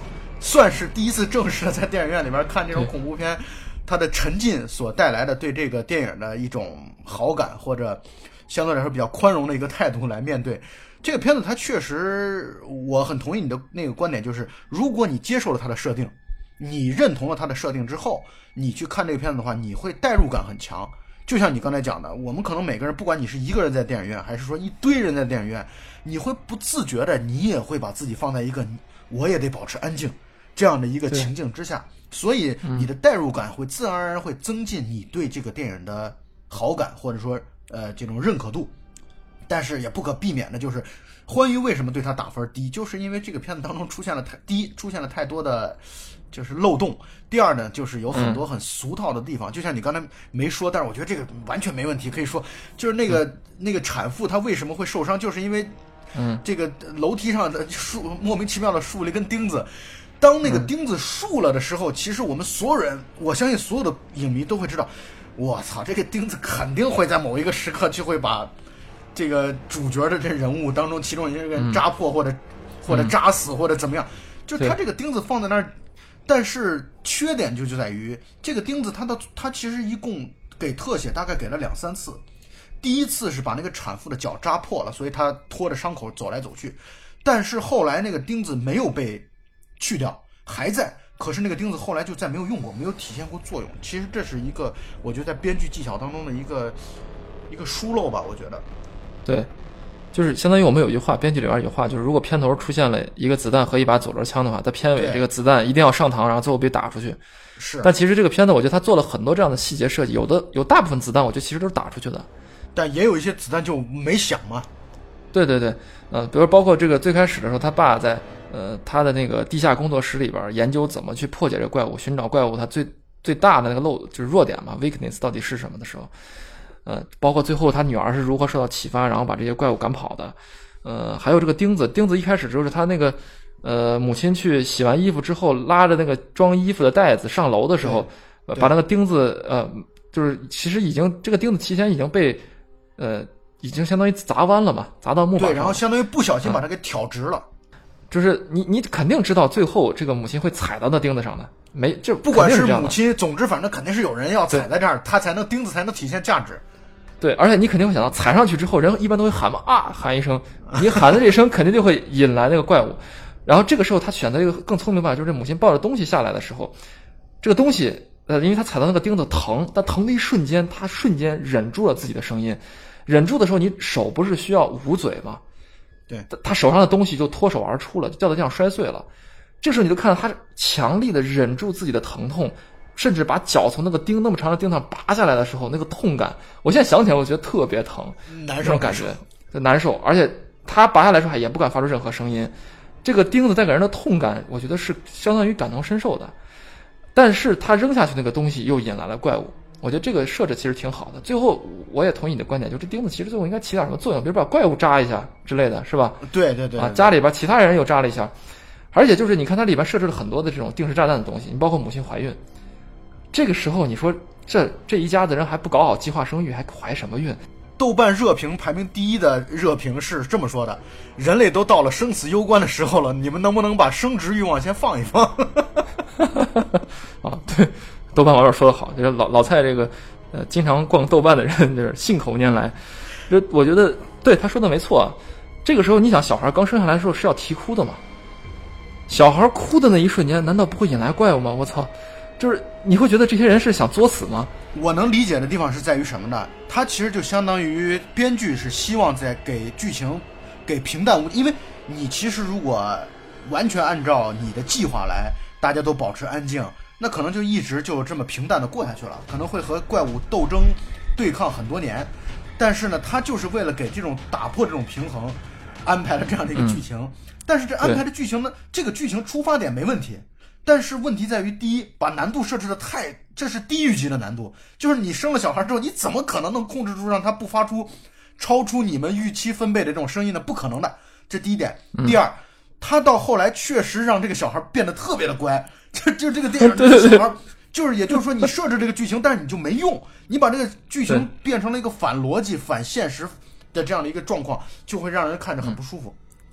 算是第一次正式的在电影院里边看这种恐怖片，它的沉浸所带来的对这个电影的一种好感，或者相对来说比较宽容的一个态度来面对这个片子。它确实，我很同意你的那个观点，就是如果你接受了它的设定，你认同了它的设定之后，你去看这个片子的话，你会代入感很强。就像你刚才讲的，我们可能每个人，不管你是一个人在电影院，还是说一堆人在电影院，你会不自觉的，你也会把自己放在一个我也得保持安静这样的一个情境之下，所以你的代入感会自然而然会增进你对这个电影的好感，或者说这种认可度。但是也不可避免的就是，欢愉为什么对他打分低，就是因为这个片子当中出现了太多的就是漏洞。第二呢，就是有很多很俗套的地方，就像你刚才没说，但是我觉得这个完全没问题，可以说就是那个产妇她为什么会受伤，就是因为这个楼梯上的莫名其妙的竖了一根钉子。当那个钉子竖了的时候，其实我们所有人，我相信所有的影迷都会知道，我操，这个钉子肯定会在某一个时刻就会把这个主角的这人物当中其中一个人扎破，或者扎死，或者怎么样，就他这个钉子放在那儿。但是缺点就在于这个钉子它其实一共给特写大概给了2-3次。第一次是把那个产妇的脚扎破了，所以她拖着伤口走来走去，但是后来那个钉子没有被去掉，还在，可是那个钉子后来就再没有用过，没有体现过作用。其实这是一个我觉得在编剧技巧当中的一个疏漏吧，我觉得。 对，就是相当于我们有句话，编剧里边有话，就是如果片头出现了一个子弹和一把左轮枪的话，它片尾这个子弹一定要上膛，然后最后被打出去。 是。 但其实这个片子我觉得它做了很多这样的细节设计，有大部分子弹我觉得其实都是打出去的， 但也有一些子弹就没响嘛。 对对对，比如包括这个最开始的时候，他爸在他的那个地下工作室里边研究怎么去破解这个怪物，寻找怪物它最大的那个就是弱点嘛 ，weakness 到底是什么的时候。包括最后他女儿是如何受到启发，然后把这些怪物赶跑的。还有这个钉子一开始就是他那个母亲去洗完衣服之后，拉着那个装衣服的袋子上楼的时候，把那个钉子就是其实这个钉子提前已经被已经相当于砸弯了嘛，砸到木板上。 对，然后相当于不小心把它给挑直了。 就是你肯定知道最后这个母亲会踩到那钉子上的，这不管是母亲，总之反正肯定是有人要踩在这儿，它钉子才能体现价值。 对，而且你肯定会想到踩上去之后，人一般都会喊嘛喊一声，你喊的这一声肯定就会引来那个怪物。然后这个时候他选择一个更聪明办法，就是这母亲抱着东西下来的时候，这个东西因为他踩到那个钉子疼，但疼的一瞬间，他瞬间忍住了自己的声音。忍住的时候，你手不是需要捂嘴吗？ 对， 他手上的东西就脱手而出了，就掉到地上摔碎了。这时候你就看到他强力的忍住自己的疼痛，甚至把脚从那个那么长的钉上拔下来的时候，那个痛感，我现在想起来我觉得特别疼， 难受， 那种感觉就难受。而且他拔下来的时候也不敢发出任何声音，这个钉子带给人的痛感，我觉得是相当于感同身受的。但是他扔下去那个东西又引来了怪物，我觉得这个设置其实挺好的。最后我也同意你的观点，就这钉子其实最后应该起点什么作用，比如把怪物扎一下之类的，是吧？ 对对对。 家里边其他人又扎了一下，而且就是你看它里边设置了很多的这种定时炸弹的东西，你包括母亲怀孕，这个时候你说这一家子人还不搞好计划生育，还怀什么孕？ 豆瓣热评排名第1的热评是这么说的：人类都到了生死攸关的时候了，你们能不能把生殖欲望先放一放？ 啊，对，豆瓣网友说的好，就是老蔡这个经常逛豆瓣的人就是信口拈来。我觉得对他说的没错。这个时候你想，小孩刚生下来的时候是要啼哭的嘛？小孩哭的那一瞬间，难道不会引来怪物吗？我操！就是你会觉得这些人是想作死吗？ 我能理解的地方是在于什么呢？它其实就相当于编剧是希望在给剧情给平淡无，因为你其实如果完全按照你的计划来，大家都保持安静，那可能就一直就这么平淡的过下去了，可能会和怪物斗争对抗很多年。但是呢，他就是为了给这种打破这种平衡，安排了这样的一个剧情。但是这安排的剧情呢，这个剧情出发点没问题。但是问题在于，第一，把难度设置的这是地狱级的难度，就是你生了小孩之后，你怎么可能能控制住让他不发出超出你们预期分贝的这种声音呢？不可能的，这第一点。第二，他到后来确实让这个小孩变得特别的乖，就这个电影这个小孩，就是也就是说你设置这个剧情，但是你就没用，你把这个剧情变成了一个反逻辑、反现实的这样的一个状况，就会让人看着很不舒服。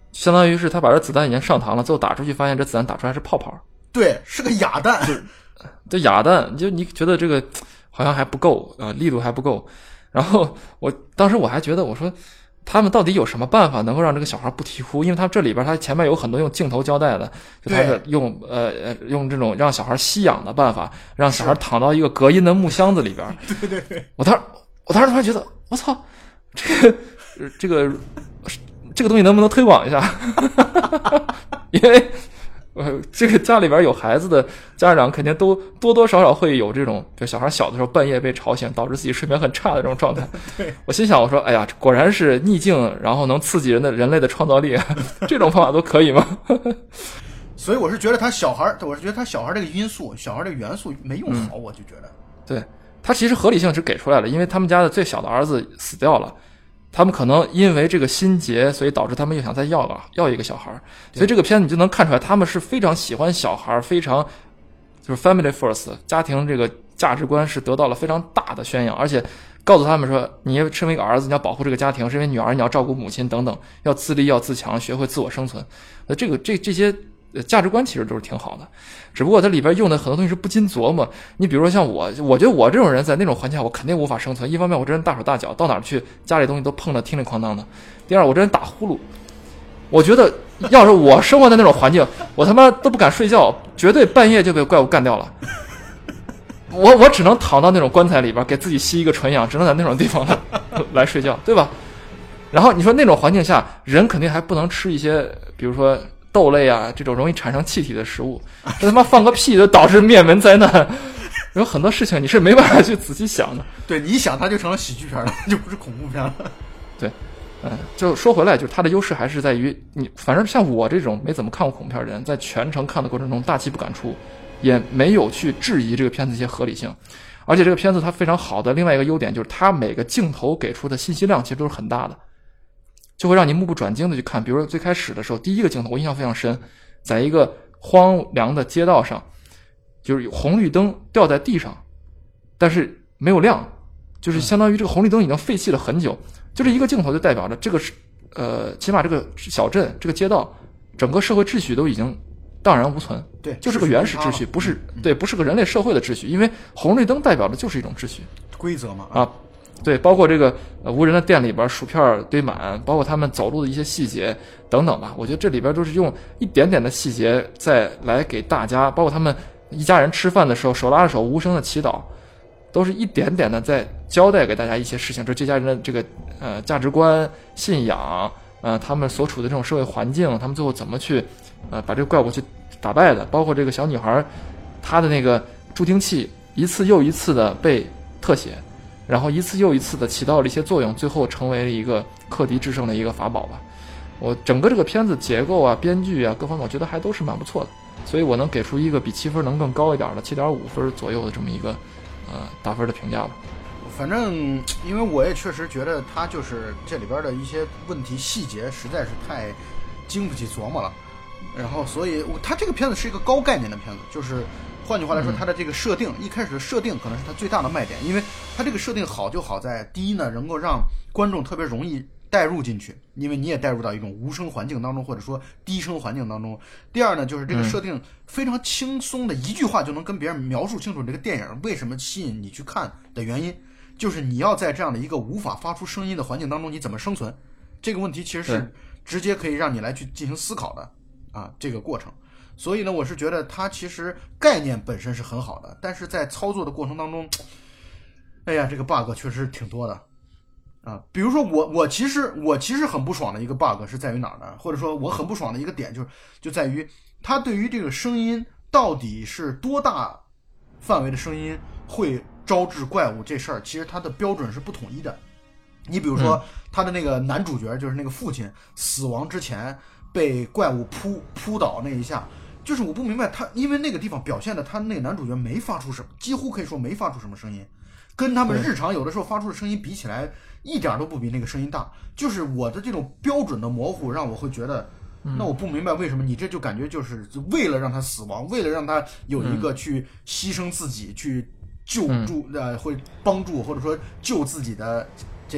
相当于是他把这子弹已经上膛了，最后打出去发现这子弹打出来是泡泡， 对，是个哑弹， 这哑弹，你觉得这个好像还不够力度还不够。然后当时我还觉得，我说他们到底有什么办法能够让这个小孩不啼哭？因为他这里边他前面有很多用镜头交代的，就他是用这种让小孩吸氧的办法，让小孩躺到一个隔音的木箱子里边。 对， 我当时突然觉得，我操，这个东西能不能推广一下？因为这个家里边有孩子的家长肯定都多多少少会有这种，就小孩小的时候半夜被吵醒，导致自己睡眠很差的这种状态。我心想，我说，哎呀，果然是逆境，然后能刺激人类的创造力，这种方法都可以吗？ 所以我是觉得他小孩这个因素，小孩这个元素没用好，我就觉得。 对，他其实合理性是给出来了，因为他们家的最小的儿子死掉了。他们可能因为这个心结，所以导致他们又想再要一个小孩，所以这个片子你就能看出来，他们是非常喜欢小孩，非常就是 family first， 家庭这个价值观是得到了非常大的宣扬，而且告诉他们说，你身为一个儿子，你要保护这个家庭；身为女儿，你要照顾母亲等等，要自立，要自强，学会自我生存。这些价值观其实都是挺好的，只不过它里边用的很多东西是不禁琢磨。你比如说像我觉得我这种人在那种环境下我肯定无法生存。一方面我这人大手大脚，到哪儿去家里东西都碰得叮铃哐当的；第二我这人打呼噜，我觉得要是我生活在那种环境，我他妈都不敢睡觉，绝对半夜就被怪物干掉了。我只能躺到那种棺材里边，给自己吸一个纯氧，只能在那种地方来睡觉，对吧？然后你说那种环境下，人肯定还不能吃一些，比如说豆类啊，这种容易产生气体的食物，这他妈放个屁就导致灭门灾难。有很多事情你是没办法去仔细想的。 对，你一想它就成了喜剧片了，就不是恐怖片了。 对，就说回来，就是它的优势还是在于你，反正像我这种没怎么看过恐怖片的人，在全程看的过程中大气不敢出，也没有去质疑这个片子一些合理性。而且这个片子它非常好的另外一个优点就是它每个镜头给出的信息量其实都是很大的，就会让你目不转睛的去看。比如说最开始的时候，第一个镜头我印象非常深，在一个荒凉的街道上，就是有红绿灯掉在地上，但是没有亮，就是相当于这个红绿灯已经废弃了很久。就这一个镜头就代表着这个是起码这个小镇这个街道整个社会秩序都已经荡然无存。 对， 就是个原始秩序，不是个人类社会的秩序，因为红绿灯代表的就是一种秩序规则嘛。 啊，对，包括这个无人的店里边薯片堆满，包括他们走路的一些细节等等吧。我觉得这里边都是用一点点的细节再来给大家，包括他们一家人吃饭的时候手拉着手无声的祈祷，都是一点点的在交代给大家一些事情，这家人的这个价值观、信仰，他们所处的这种社会环境，他们最后怎么去把这个怪物去打败的，包括这个小女孩她的那个助听器一次又一次的被特写，然后一次又一次的起到了一些作用，最后成为了一个克敌制胜的一个法宝吧。我整个这个片子结构啊、编剧啊各方面，我觉得还都是蛮不错的，所以我能给出一个比7分能更高一点的7.5分左右的这么一个打分的评价吧。 反正因为我也确实觉得它就是这里边的一些问题细节实在是太经不起琢磨了，然后所以它这个片子是一个高概念的片子，就是换句话来说，它的这个设定一开始的设定可能是它最大的卖点，因为它这个设定好就好在第一呢，能够让观众特别容易带入进去，因为你也带入到一种无声环境当中，或者说低声环境当中。第二呢，就是这个设定非常轻松的一句话就能跟别人描述清楚这个电影为什么吸引你去看的原因，就是你要在这样的一个无法发出声音的环境当中你怎么生存，这个问题其实是直接可以让你来去进行思考的这个过程。所以呢，我是觉得它其实概念本身是很好的，但是在操作的过程当中，哎呀，这个 bug 确实挺多的比如说我其实很不爽的一个 bug 是在于哪儿呢？或者说我很不爽的一个点就在于它对于这个声音到底是多大范围的声音会招致怪物这事儿，其实它的标准是不统一的。你比如说他的那个男主角，就是那个父亲死亡之前被怪物扑倒那一下，就是我不明白他，因为那个地方表现的他那个男主角没发出什么，几乎可以说没发出什么声音，跟他们日常有的时候发出的声音比起来一点都不比那个声音大。就是我的这种标准的模糊让我会觉得，那我不明白为什么你这就感觉就是为了让他死亡，为了让他有一个去牺牲自己去救助会帮助或者说救自己的这个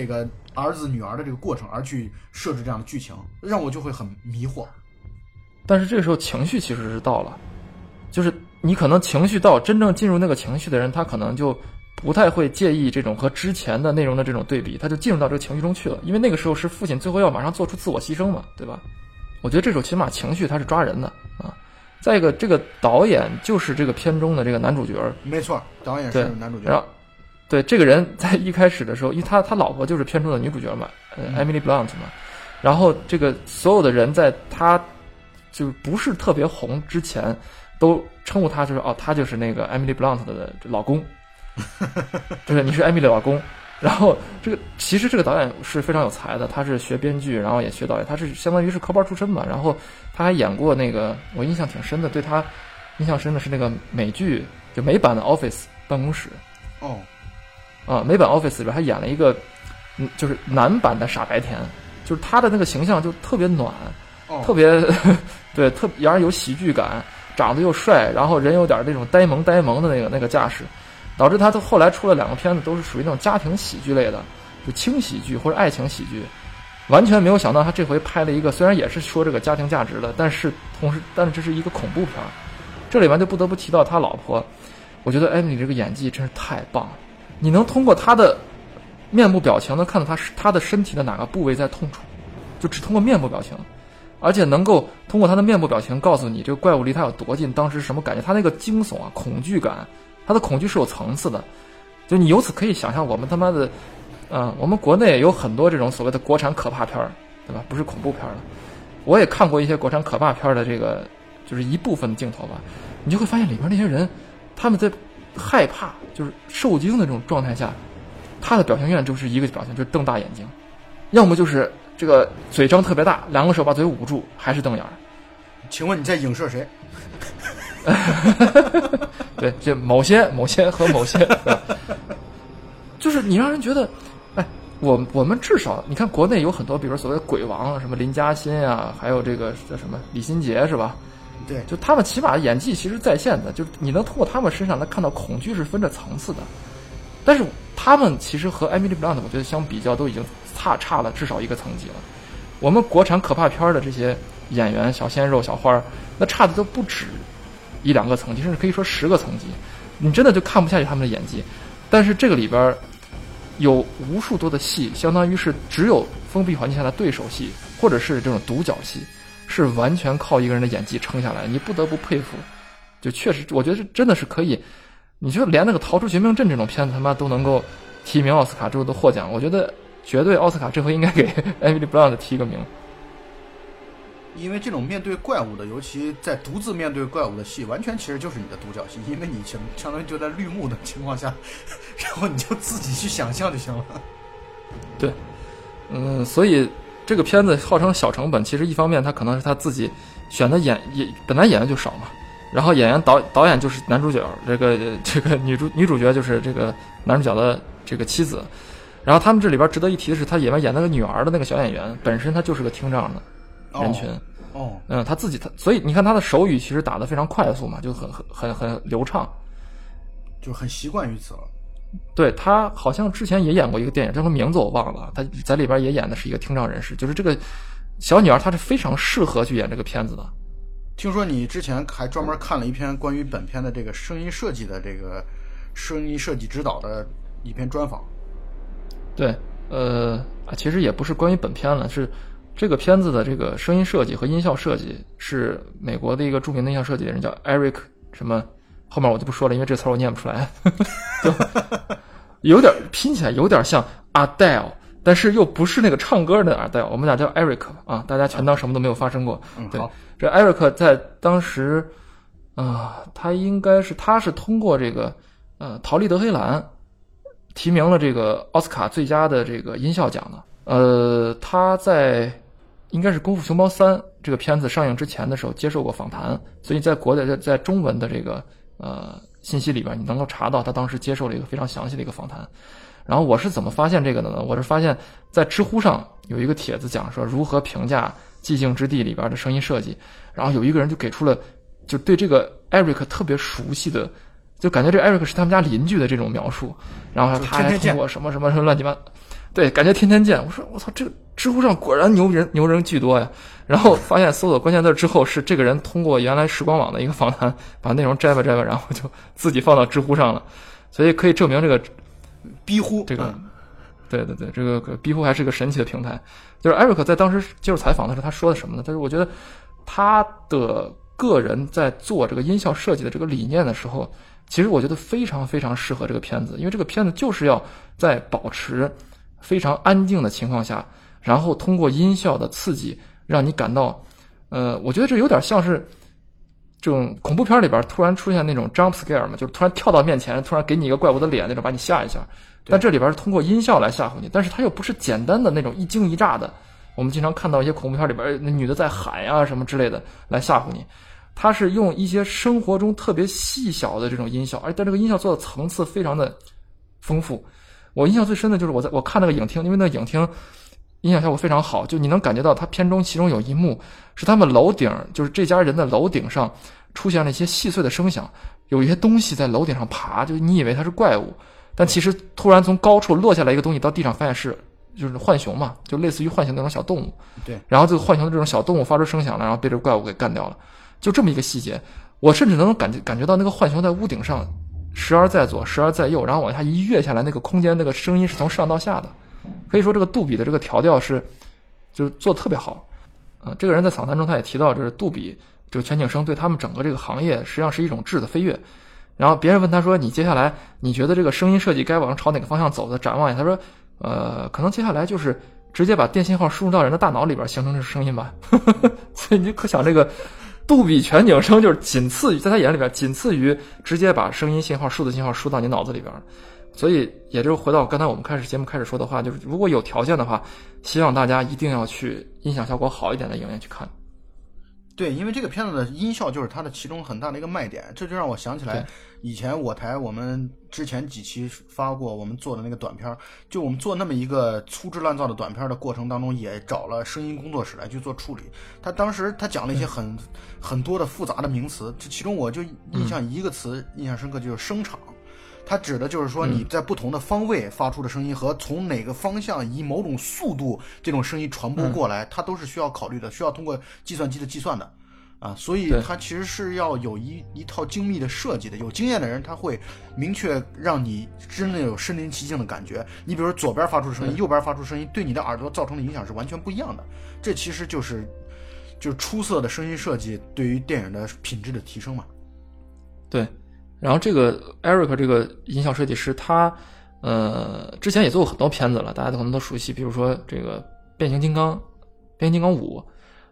儿子女儿的这个过程而去设置这样的剧情，让我就会很迷惑。 但是这个时候情绪其实是到了，就是你可能情绪到，真正进入那个情绪的人，他可能就不太会介意这种和之前的内容的这种对比，他就进入到这个情绪中去了。因为那个时候是父亲最后要马上做出自我牺牲嘛，对吧？我觉得这首起码情绪他是抓人的啊。再一个，这个导演就是这个片中的这个男主角， 没错，导演是男主角。 然后，对这个人在一开始的时候，因为他老婆就是片中的女主角嘛，Emily Blunt 嘛。然后这个所有的人在他就不是特别红之前，都称呼他就是他就是那个 Emily Blunt 的老公，就是你是 Emily 的老公。然后其实这个导演是非常有才的，他是学编剧，然后也学导演，他是相当于是科班出身嘛。然后他还演过那个我印象挺深的，对他印象深的是那个美剧，就美版的 Office 办公室。美版 Office 里边还演了一个就是男版的傻白甜，就是他的那个形象就特别暖，特别对，然后有喜剧感，长得又帅，然后人有点那种呆萌的那个架势，导致他后来出了2个片子都是属于那种家庭喜剧类的，就轻喜剧或者爱情喜剧。完全没有想到他这回拍了一个虽然也是说这个家庭价值的，但是这是一个恐怖片。这里面就不得不提到他老婆，我觉得艾米丽这个演技真是太棒了。你能通过他的面部表情能看到他的身体的哪个部位在痛楚，就只通过面部表情，而且能够通过他的面部表情告诉你这个怪物离他有多近，当时什么感觉。他那个惊悚啊，恐惧感，他的恐惧是有层次的。就你由此可以想象我们他妈的我们国内有很多这种所谓的国产可怕片，对吧？不是恐怖片了。我也看过一些国产可怕片的这个就是一部分的镜头吧，你就会发现里边那些人他们在害怕就是受惊的这种状态下，他的表情永远就是一个表情，就是瞪大眼睛，要么就是这个嘴张特别大，2个手把嘴捂住，还是瞪眼。 请问你在影射谁？ 对，这某些和某些就是你让人觉得我们至少你看国内有很多比如所谓鬼王什么林嘉欣啊，还有这个叫什么李心洁是吧？ 对， 就他们起码演技其实在线的，就你能通过他们身上来看到恐惧是分着层次的。但是他们其实和 Emily Blunt 我觉得相比较都已经差了至少一个层级了。我们国产可怕片的这些演员小鲜肉小花，那差的都不止1-2个层级，甚至可以说10个层级，你真的就看不下去他们的演技。但是这个里边有无数多的戏，相当于是只有封闭环境下的对手戏或者是这种独角戏，是完全靠一个人的演技撑下来，你不得不佩服。就确实我觉得真的是可以，你说连那个逃出绝命镇这种片子他妈都能够提名奥斯卡之后都获奖，我觉得绝对奥斯卡这回应该给 Emily Blunt 提个名。 因为这种面对怪物的，尤其在独自面对怪物的戏，完全其实就是你的独角戏，因为你相当于就在绿幕的情况下，然后你就自己去想象就行了。 对，所以这个片子号称小成本，其实一方面他可能是他自己选的本来演员就少嘛，然后演员导演就是男主角，这个女主角就是这个男主角的这个妻子，然后他们这里边值得一提的是，他演那个女儿的那个小演员本身他就是个听障的人群。他自己所以你看他的手语其实打得非常快速嘛，就很流畅， 就很习惯于此了。 对，他好像之前也演过一个电影，这个名字我忘了，他在里边也演的是一个听障人士，就是这个小女儿她是非常适合去演这个片子的。 听说你之前还专门看了一篇关于本片的这个声音设计的这个声音设计指导的一篇专访。 对，其实也不是关于本片了，是这个片子的这个声音设计和音效设计是美国的一个著名的音效设计人叫 Eric 什么，后面我就不说了，因为这词我念不出来，就有点拼起来有点像 Adele， 但是又不是那个唱歌的 Adele， 我们俩叫 Eric 啊，大家全当什么都没有发生过。对，这 Eric 在当时他是通过这个陶丽德黑兰提名了这个奥斯卡最佳的这个音效奖的。他在应该是《功夫熊猫3》这个片子上映之前的时候接受过访谈，所以在国内在中文的这个信息里边，你能够查到他当时接受了一个非常详细的一个访谈。然后我是怎么发现这个的呢？我是发现在知乎上有一个帖子讲说如何评价《寂静之地》里边的声音设计，然后有一个人就给出了就对这个 Eric 特别熟悉的，就感觉这 Eric 是他们家邻居的这种描述，然后他还通过什么什么什么乱七八， 对，感觉天天见。我说我操，这个知乎上果然牛人巨多呀。然后发现搜索关键字之后，是这个人通过原来时光网的一个访谈，把内容摘吧，然后就自己放到知乎上了。所以可以证明这个逼乎这个。对，这个逼乎还是个神奇的平台。就是艾瑞克在当时接受采访的时候，他说的什么呢？但是我觉得他的个人在做这个音效设计的这个理念的时候，其实我觉得非常非常适合这个片子，因为这个片子就是要在保持非常安静的情况下，然后通过音效的刺激，让你感到，我觉得这有点像是这种恐怖片里边突然出现那种 jump scare 嘛，就是突然跳到面前，突然给你一个怪物的脸那种，把你吓一下。但这里边是通过音效来吓唬你，但是它又不是简单的那种一惊一乍的，我们经常看到一些恐怖片里边那女的在喊呀什么之类的来吓唬你，它是用一些生活中特别细小的这种音效，而但这个音效做的层次非常的丰富。我印象最深的就是我看那个影厅，因为那个影厅音响效果非常好，就你能感觉到它片中其中有一幕是他们楼顶，就是这家人的楼顶上出现了一些细碎的声响，有一些东西在楼顶上爬，就你以为它是怪物，但其实突然从高处落下来一个东西到地上，发现是就是浣熊嘛，就类似于浣熊那种小动物。 对， 然后这个浣熊的这种小动物发出声响了，然后被这个怪物给干掉了。就这么一个细节，我甚至能感觉到那个浣熊在屋顶上时而在左，时而在右，然后往下一跃下来，那个空间那个声音是从上到下的。可以说这个杜比的这个调调是就是做得特别好。这个人在访谈中他也提到，就是杜比这个全景声对他们整个这个行业实际上是一种质的飞跃。然后别人问他说，你接下来你觉得这个声音设计该往朝哪个方向走的展望一下？他说可能接下来就是直接把电信号输入到人的大脑里边形成这声音吧。所以你就可想这个杜比全景声就是仅次于在他眼里边仅次于直接把声音信号数字信号输到你脑子里边。所以也就是回到刚才我们节目开始说的话，就是如果有条件的话，希望大家一定要去音响效果好一点的影院去看。 对，因为这个片子的音效就是它的其中很大的一个卖点，这就让我想起来以前我们之前几期发过我们做的那个短片，就我们做那么一个粗制滥造的短片的过程当中，也找了声音工作室来去做处理。他当时他讲了一些很多的复杂的名词，这其中我就印象一个词印象深刻，就是声场。它指的就是说你在不同的方位发出的声音和从哪个方向以某种速度这种声音传播过来，它都是需要考虑的，需要通过计算机的计算的啊，所以它其实是要有一套精密的设计的。有经验的人他会明确让你真的有身临其境的感觉。你比如说左边发出声音，右边发出声音，对你的耳朵造成的影响是完全不一样的。这其实就是出色的声音设计对于电影的品质的提升嘛。 对。然后这个 Eric 这个音效设计师，他之前也做过很多片子了，大家可能都熟悉，比如说这个变形金刚5，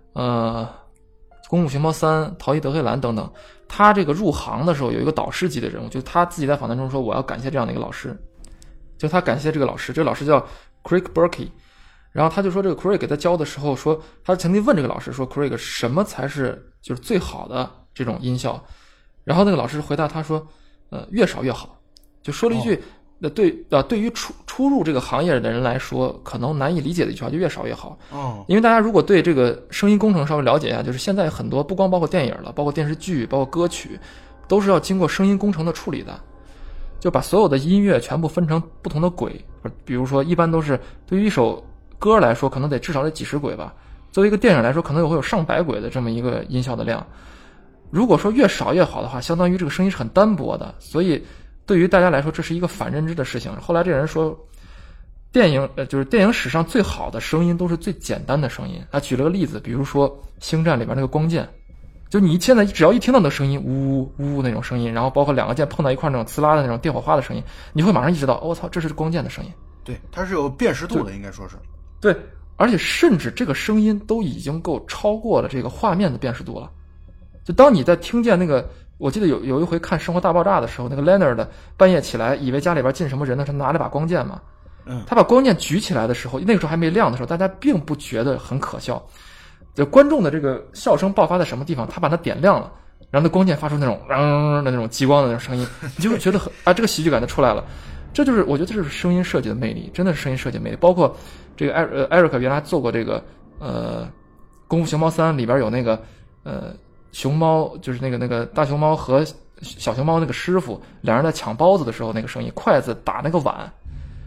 功夫熊猫3、逃逸德黑兰等等。他这个入行的时候有一个导师级的人物，就他自己在访谈中说，我要感谢这样的一个老师，就他感谢这个老师，这个老师叫 Craig Burkey。然后他就说，这个 Craig 给他教的时候说，他曾经问这个老师说 Craig 什么才是就是最好的这种音效。然后那个老师回答他说，越少越好，就说了一句，对于初入这个行业的人来说，可能难以理解的一句话，就越少越好。因为大家如果对这个声音工程稍微了解一下，就是现在很多不光包括电影了，包括电视剧，包括歌曲，都是要经过声音工程的处理的，就把所有的音乐全部分成不同的轨，比如说一般都是对于一首歌来说，可能至少得几十轨吧，作为一个电影来说，可能会有上百轨的这么一个音效的量。如果说越少越好的话，相当于这个声音是很单薄的，所以对于大家来说这是一个反认知的事情。后来这人说，就是电影史上最好的声音都是最简单的声音。他举了个例子，比如说星战里边那个光剑，就你现在只要一听到那个声音，呜呜那种声音，然后包括两个剑碰到一块那种呲啦的那种电火花的声音，你会马上意识到，我操，这是光剑的声音。 对，它是有辨识度的，应该说是。 对，而且甚至这个声音都已经够超过了这个画面的辨识度了。就当你在听见那个，我记得有一回看《生活大爆炸》的时候，那个 Leonard 半夜起来以为家里边进什么人呢，他拿了把光剑嘛，他把光剑举起来的时候，那个时候还没亮的时候，大家并不觉得很可笑，就观众的这个笑声爆发在什么地方，他把它点亮了，然后那光剑发出那种的那种激光的那种声音，你就会觉得这个喜剧感就出来了。这就是我觉得这就是声音设计的魅力，真的是声音设计的魅力。包括这个Eric 原来做过这个功夫熊猫3里边有那个熊猫，就是那个大熊猫和小熊猫那个师傅两人在抢包子的时候那个声音，筷子打那个碗，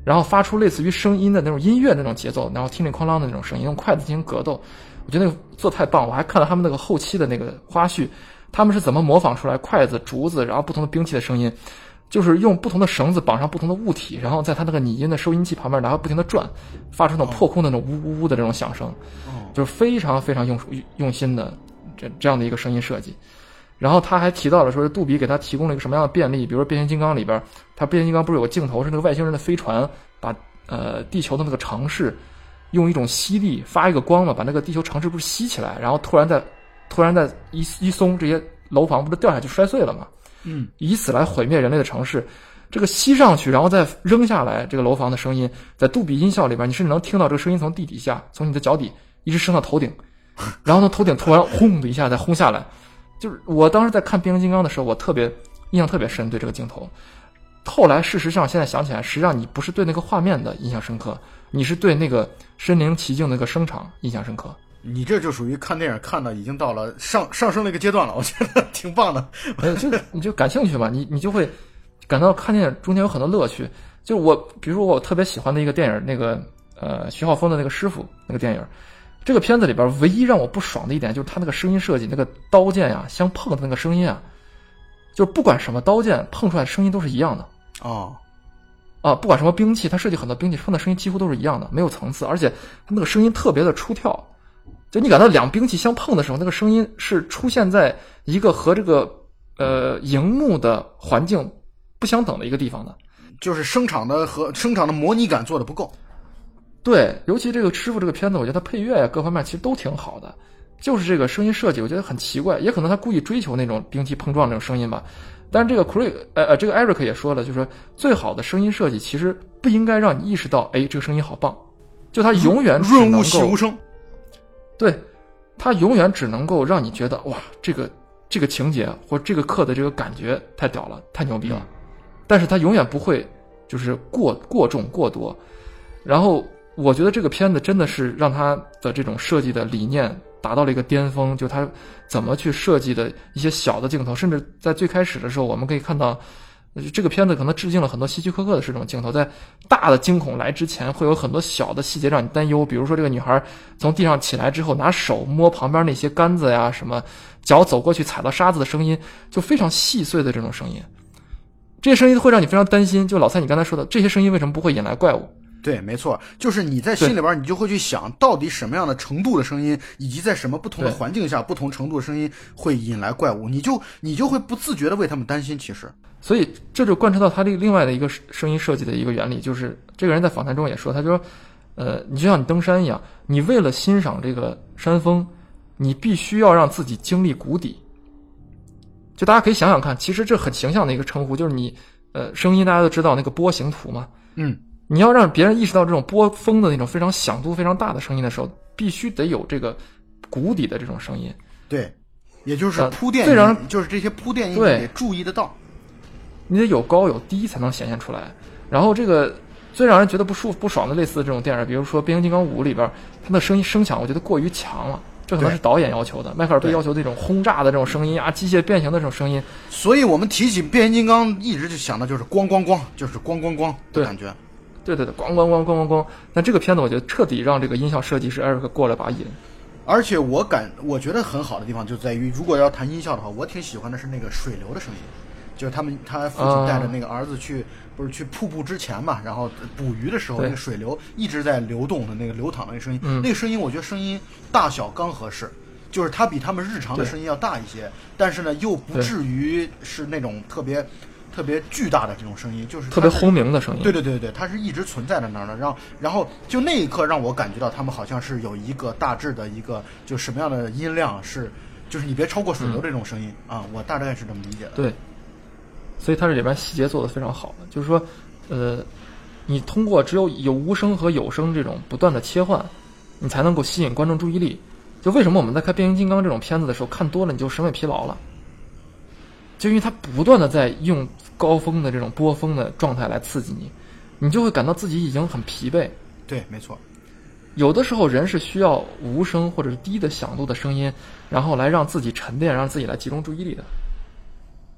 然后发出类似于声音的那种音乐那种节奏，然后听那哐啷的那种声音，用筷子进行格斗。我觉得那个做太棒，我还看到他们那个后期的那个花絮，他们是怎么模仿出来筷子、竹子，然后不同的兵器的声音，就是用不同的绳子绑上不同的物体，然后在他那个拟音的收音器旁边，然后不停的转，发出那种破空的那种呜呜呜的这种响声，就是非常非常用心的这样的一个声音设计。然后他还提到了说，杜比给他提供了一个什么样的便利，比如说变形金刚里边，他变形金刚不是有个镜头是那个外星人的飞船把地球的那个城市用一种吸力发一个光嘛，把那个地球城市不是吸起来，然后突然在一松，这些楼房不是掉下去摔碎了嘛？以此来毁灭人类的城市。这个吸上去，然后再扔下来，这个楼房的声音，在杜比音效里边，你甚至能听到这个声音从地底下，从你的脚底一直升到头顶，然后呢，头顶突然轰的一下再轰下来。就是我当时在看变形金刚的时候，我印象特别深，对这个镜头。后来事实上现在想起来，实际上你不是对那个画面的印象深刻，你是对那个身临其境的那个声场印象深刻。 你这就属于看电影看的已经到了上升那个阶段了，我觉得挺棒的。 你就感兴趣嘛，你就会感到看电影中间有很多乐趣。就比如说我特别喜欢的一个电影，那个徐浩峰的那个师傅那个电影，这个片子里边唯一让我不爽的一点就是他那个声音设计，那个刀剑呀相碰的那个声音啊，就是不管什么刀剑碰出来的声音都是一样的。不管什么兵器，他设计很多兵器碰的声音几乎都是一样的，没有层次，而且他那个声音特别的出跳。就你感到两兵器相碰的时候，那个声音是出现在一个和这个荧幕的环境不相等的一个地方的， 就是声场的模拟感做的不够。 对，尤其这个师傅这个片子，我觉得他配乐呀各方面其实都挺好的，就是这个声音设计我觉得很奇怪，也可能他故意追求那种兵器碰撞那种声音吧。但是这个这个 Eric 也说了，就是说最好的声音设计其实不应该让你意识到，这个声音好棒，就它永远只能够润物细无声。 对，它永远只能够让你觉得哇，这个情节或这个课的这个感觉太屌了，太牛逼了。但是它永远不会就是过重过多。然后我觉得这个片子真的是让它的这种设计的理念达到了一个巅峰，就它怎么去设计的一些小的镜头，甚至在最开始的时候我们可以看到这个片子可能致敬了很多希区柯克的这种镜头，在大的惊恐来之前会有很多小的细节让你担忧，比如说这个女孩从地上起来之后拿手摸旁边那些杆子呀，什么脚走过去踩到沙子的声音，就非常细碎的这种声音，这些声音会让你非常担心。就老蔡你刚才说的，这些声音为什么不会引来怪物？ 对，没错，就是你在心里边你就会去想到底什么样的程度的声音，以及在什么不同的环境下不同程度的声音会引来怪物，你就会不自觉的为他们担心。其实所以这就贯彻到他另外的一个声音设计的一个原理，就是这个人在访谈中也说，他就说你就像你登山一样，你为了欣赏这个山峰，你必须要让自己经历谷底。就大家可以想想看，其实这很形象的一个称呼，就是你声音大家都知道那个波形图嘛，你要让别人意识到这种波峰的那种非常响度非常大的声音的时候，必须得有这个谷底的这种声音。 对，也就是铺垫，就是这些铺垫你得注意得到， 你得有高有低才能显现出来。然后这个最让人觉得不爽的类似的这种电影，比如说《变形金刚5》里边，它的声响我觉得过于强了，这可能是导演要求的，迈克尔贝要求这种轰炸的这种声音啊，机械变形的这种声音。 所以我们提起变形金刚，一直就想的就是咣咣咣，就是咣咣咣的感觉。 对，咣咣咣咣咣咣。那这个片子我觉得彻底让这个音效设计师 Eric 过了把瘾。 而且我觉得很好的地方就在于，如果要谈音效的话，我挺喜欢的是那个水流的声音，就是他父亲带着那个儿子不是去瀑布之前嘛，然后捕鱼的时候，那个水流一直在流动的那个流淌的那个声音，那个声音我觉得声音大小刚合适，就是它比他们日常的声音要大一些，但是呢又不至于是那种特别巨大的这种声音，就是特别轰鸣的声音。 对，它是一直存在在那儿的。然后就那一刻让我感觉到他们好像是有一个大致的一个就什么样的音量是，就是你别超过水流这种声音啊，我大概是这么理解的。 对，所以它这里边细节做得非常好的，就是说，你通过只有无声和有声这种不断的切换，你才能够吸引观众注意力。就为什么我们在看变形金刚这种片子的时候看多了你就审美疲劳了，就因为它不断的在用高峰的这种波峰的状态来刺激你，你就会感到自己已经很疲惫。 对，没错。 有的时候人是需要无声或者是低的响度的声音，然后来让自己沉淀，让自己来集中注意力的。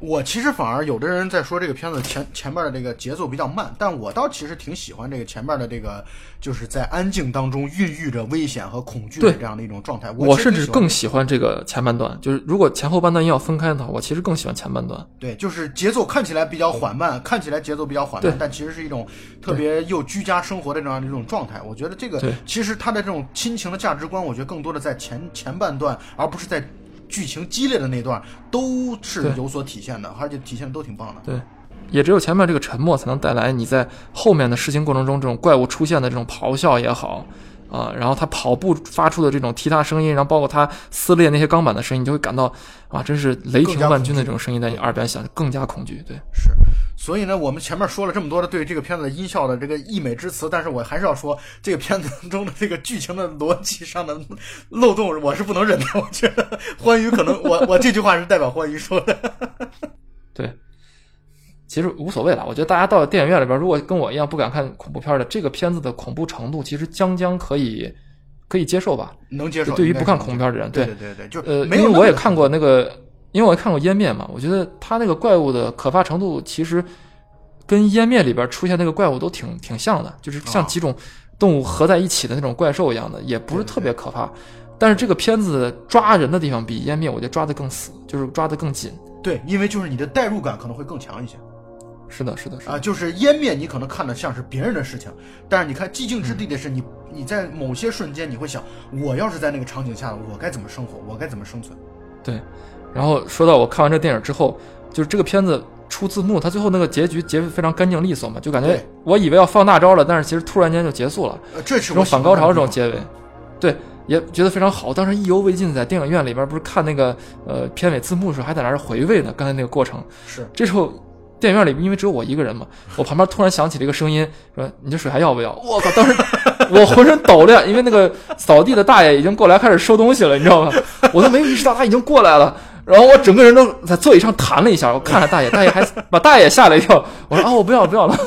我其实反而有的人在说这个片子前面的这个节奏比较慢，但我倒其实挺喜欢这个前面的这个就是在安静当中孕育着危险和恐惧的这样的一种状态。 我甚至更喜欢这个前半段，就是如果前后半段要分开的话，我其实更喜欢前半段。 对，就是节奏看起来比较缓慢，看起来节奏比较缓慢，但其实是一种特别又居家生活的这样的一种状态。我觉得这个其实他的这种亲情的价值观，我觉得更多的在前半段，而不是在剧情激烈的那段都是有所体现的，而且体现的都挺棒的。 对，也只有前面这个沉默才能带来你在后面的事情过程中这种怪物出现的这种咆哮也好啊，然后他跑步发出的这种踢踏声音，然后包括他撕裂那些钢板的声音，你就会感到啊，真是雷霆万钧的这种声音在你耳边响，更加恐惧。对， 是。所以呢，我们前面说了这么多的对这个片子的音效的这个溢美之词，但是我还是要说这个片子中的这个剧情的逻辑上的漏洞，我是不能忍的。我觉得欢愉可能我这句话是代表欢愉说的。 对，其实无所谓了。我觉得大家到了电影院里边，如果跟我一样不敢看恐怖片的，这个片子的恐怖程度其实将可以接受吧？ 能接受。 对于不看恐怖片的人， 对，就因为我也看过那个。因为我也看过湮灭嘛，我觉得他那个怪物的可怕程度其实跟湮灭里边出现那个怪物都挺像的，就是像几种动物合在一起的那种怪兽一样的，也不是特别可怕。但是这个片子抓人的地方比湮灭我觉得抓得更死，就是抓得更紧。 对，因为就是你的代入感可能会更强一些。 是的啊， 就是湮灭你可能看的像是别人的事情，但是你看寂静之地的是你在某些瞬间你会想，我要是在那个场景下，我该怎么生活，我该怎么生存。 对。然后说到我看完这电影之后，就是这个片子出字幕，它最后那个结局非常干净利索嘛，就感觉我以为要放大招了，但是其实突然间就结束了， 这是这种反高潮这种结尾，对，也觉得非常好。当时意犹未尽，在电影院里边不是看那个片尾字幕的时候，还在那儿回味呢，刚才那个过程。 是， 这时候电影院里因为只有我一个人嘛，我旁边突然响起了一个声音，说：“你这水还要不要？”我靠！当时我浑身抖了，因为那个扫地的大爷已经过来开始收东西了，你知道吗？我都没有意识到他已经过来了。然后我整个人都在座椅上弹了一下，我看着大爷，大爷还把大爷吓了一跳。我说啊，我不要了。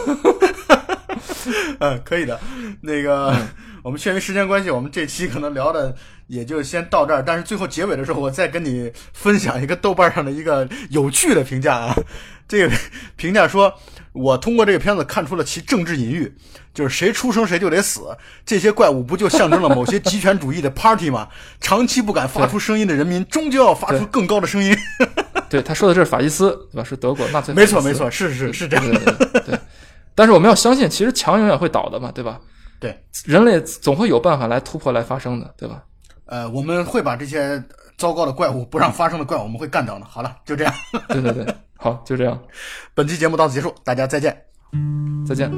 可以的。那个，我们限于时间关系，我们这期可能聊的也就先到这儿。但是最后结尾的时候，我再跟你分享一个豆瓣上的一个有趣的评价啊。这个评价说，我通过这个片子看出了其政治隐喻，就是谁出生谁就得死，这些怪物不就象征了某些极权主义的 party 吗？长期不敢发出声音的人民，终究要发出更高的声音。 对，他说的这是法西斯，对吧？是德国纳粹。 没错，是这样的。 对，但是我们要相信，其实墙永远会倒的嘛，对吧？ 对， 人类总会有办法来突破来发生的，对吧？ 我们会把这些糟糕的怪物、不让发生的怪物，我们会干掉的。好了，就这样。 对，好，就这样。 本期节目到此结束，大家再见。 再见。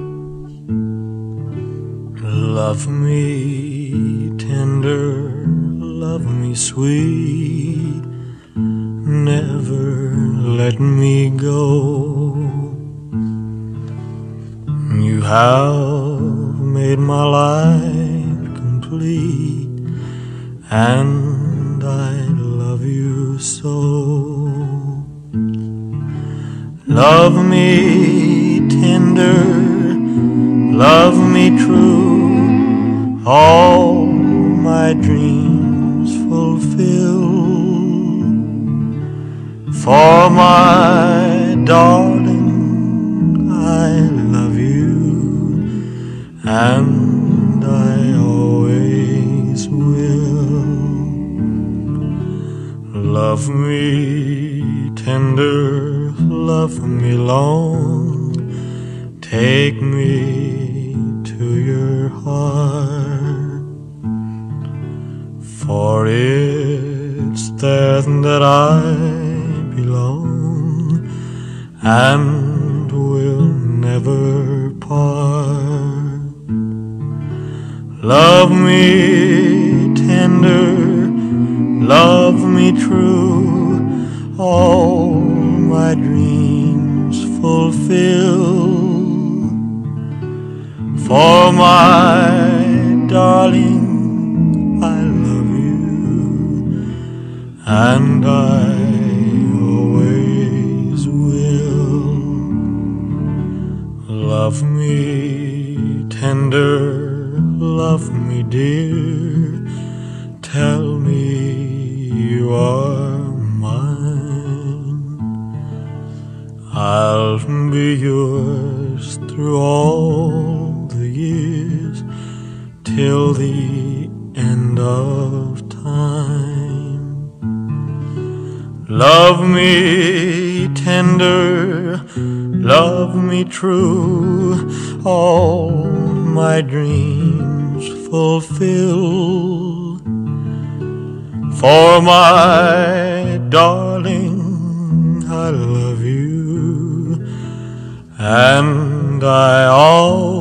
Love me tender, love me sweet, never let me go. You have made my life complete, and I love you so. Love me tender, love me true, all my dreams fulfill. For my darling, I love you, and I always will. Love me tender, love me long, take me to your heart, for it's there that I belong and will never part. Love me tender, love me true, all my dreams fulfill. For my darling, I love you, and I always will. Love me tender, love me dear, tell me you are mine. I'll be yours through all the years, till the end of time. Love me tender, love me true, all my dreams fulfill. For my darling, I love you, and I always